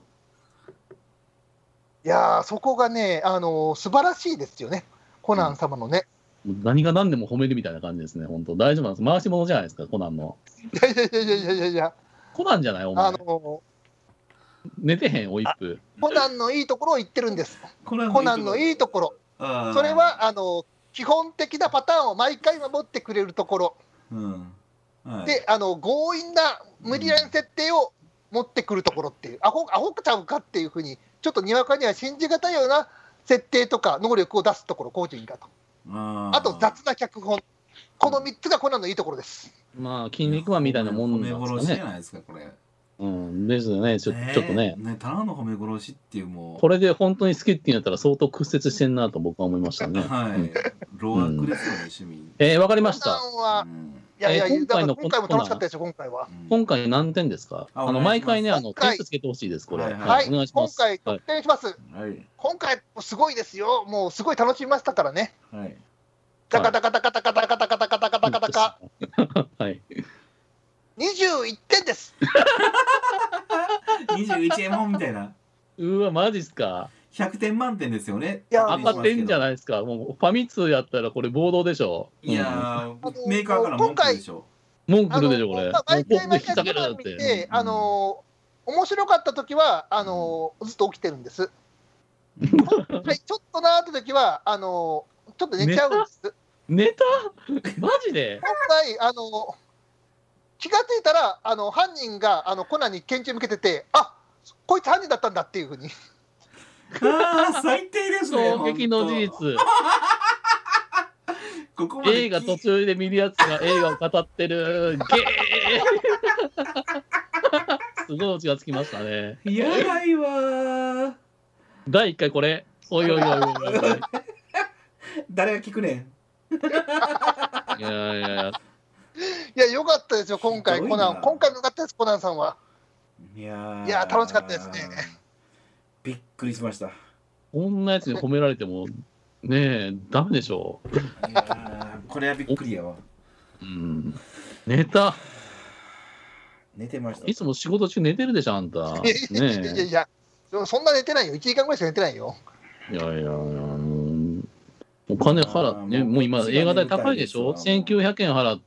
いやー、そこがね、あのー、素晴らしいですよね、コナン様のね。 うん、何が何でも褒めるみたいな感じですね、本当、大丈夫なんです、回し物じゃないですか、コナンの。 いやいやいやいやいやいや、 コナンじゃない、お前。あのー、寝てへん、おいっぷ。 コナンのいいところを言ってるんです。コナンのいいところ。それはあの基本的なパターンを毎回守ってくれるところ、うんはい、であの強引な無理やり設定を持ってくるところっていう、うん、アホアホちゃうかっていうふうにちょっとにわかには信じがたいような設定とか能力を出すところ、コーチンがと あ, あと雑な脚本、このみっつがコナンのいいところです。 まあ筋肉マンみたいなもんなんですかね。 褒め殺しじゃないですかこれ。 うんですよね、ちょ、えー、ちょっとねね、ただの褒め殺しっていうもうこれで本当に好きって言ったら相当屈折してんなと僕は思いましたね。 はい、うん、老悪ですよね、趣味。 えー、わかりました。 コナンは、うん、 いやいや、 えー今回のだから今回も楽しかったですよ、今回は。 うん今回何点ですか？あのあお願いします毎回ね、あの今回点数つけてほしいです、これ。 はいは、 はいい、お願いします。 今回、 はい得点します。 はい今回、すごいですよ。もうすごい楽しみましたからね。 はいダカダカダカダカダカダカダカダカダカダカ。 はい。 にじゅういってんです。 にじゅういちえんもんみたいなうわ、マジっすか。 ひゃくてん満点ですよね。 いや当たってんじゃいないですか。もうファミ通やったらこれ暴動でしょ。 いやー、メーカーから文句でしょ。 うん、文句るでしょ、これ。もう毎僕回毎回引き下げる見って。 て、あのー、面白かった時はあのー、ずっと起きてるんです。はい、ちょっとなーって時はあのー、ちょっと寝ちゃうんです。 ネタマジで今回あのー、気がついたらあの犯人があのコナンに拳銃向けてて、あ、こいつ犯人だったんだっていうふうに。 ああ、最低ですね。 衝撃の事実。 ここまで映画途中で見るやつが映画を語ってる。ゲーすごいオチがつきましたね。 やばいわー。 だいいっかいこれ。おいおいおいおいおい。 誰が聞くねん。 いやいやいや。 いや、良かったですよ、今回、 ひどいなコナン。今回も良かったです、コナンさんは。 いやーいやー楽しかったですね。 びっくりしました。いこんなやつに褒められても、ねえ、ダメでしょ。 やーこれはびっくりやわ。 うん。ネタ。 寝てました。 いつも仕事中寝てるでしょ、あんた。ねいやいやいや、そんな寝てないよ、いちじかんぐらいしか寝てないよ。 え。いやいやいや、もうお金払って、ね、もう今映画代高いでしょ？ せんきゅうひゃくえん払って、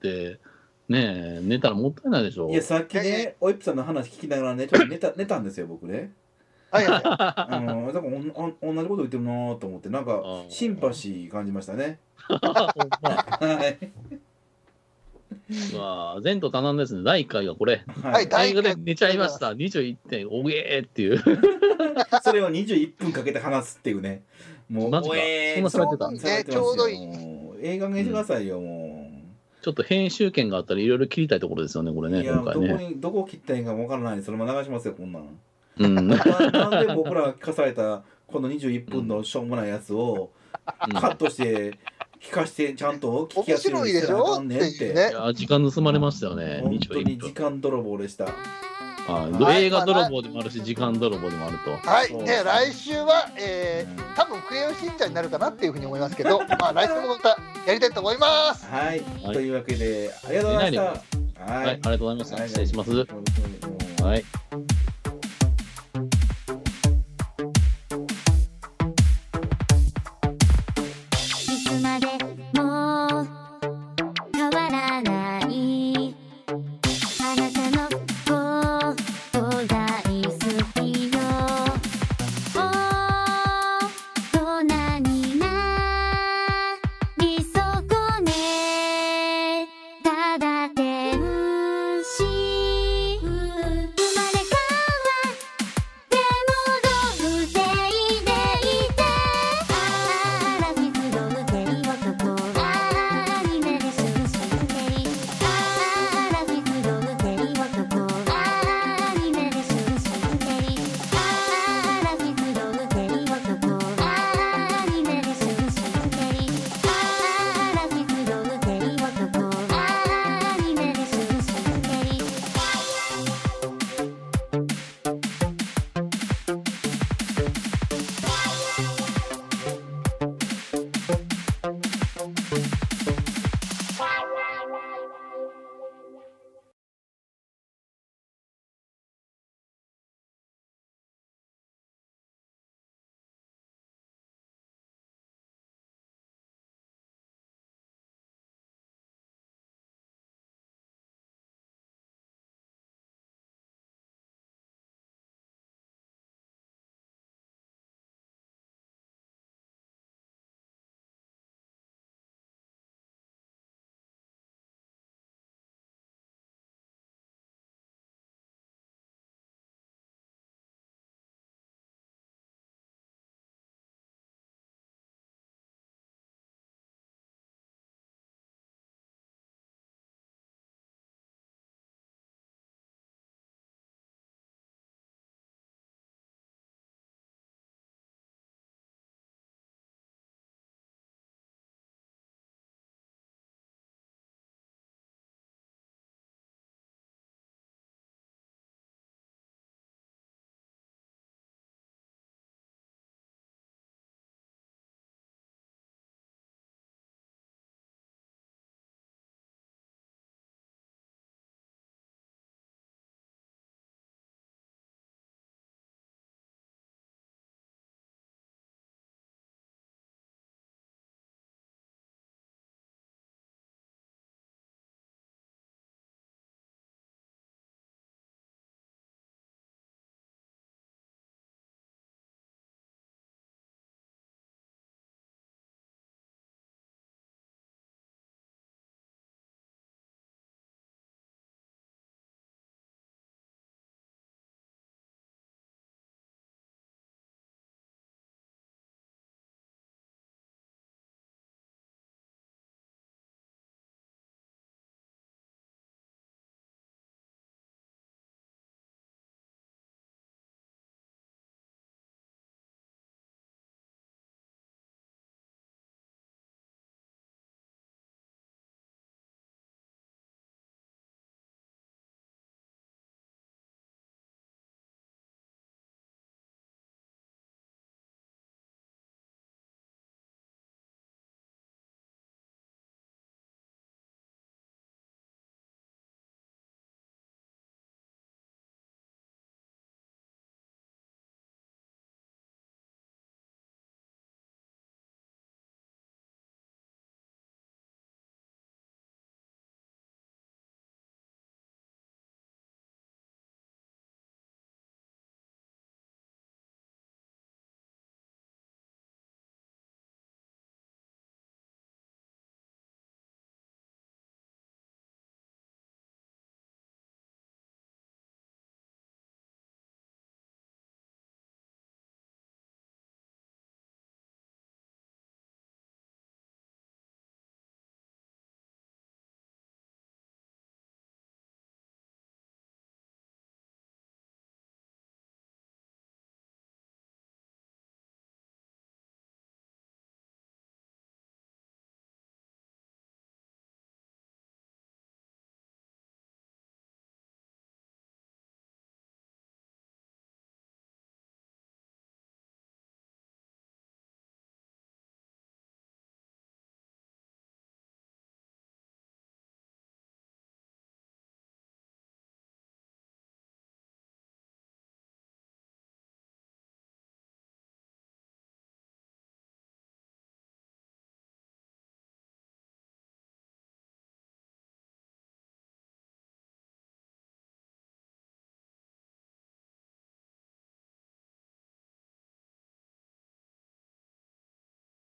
ねえ、寝たらもったいないでしょ？ いや、さっきね、おいっぷさんの話聞きながらね、ちょっと寝た寝たんですよ、僕ね。 はいはい。 あのだからおんお同じこと言ってるなーと思って、なんかあーシンパシー感じましたね。 ほんまはい。 うわあ、前途多難ですね。だいいっかいがこれ。 はい第映画で寝ちゃいました。にじゅういってん、おげーっていう。 それをにじゅういっぷんかけて話すっていうね。もう、 マジかおえそんなされてたされてますよちょうどいいもう映画にしてくださいよ、もちょっと編集権があったらいろいろ切りたいところですよね、これう。 ね、 いや、 今回ね。 どこに、どこ切ったらいいかわからないんで、そのまま流しますよ、こんなん。 うん。うんななんで僕らが聞かされたこのにじゅういっぷんのしょうもないやつをカットして聞かしてちゃんと聞きやすいようにしてなあかんねんって。 面白いでしょっていうねいや時間盗まれましたよね、 本にじゅういっぷん。 当に時間泥棒でした。 はいはい映画泥棒でもあるし、時間泥棒でもあると。 はい、 そうで来週は、えー、多分クレヨンしんちゃんになるかなっていうふうに思いますけど、まあ来週もまたやりたいと思います。 はい、 はいというわけでありがとうございました。 はい、ありがとうございました。失礼します。 ははいい。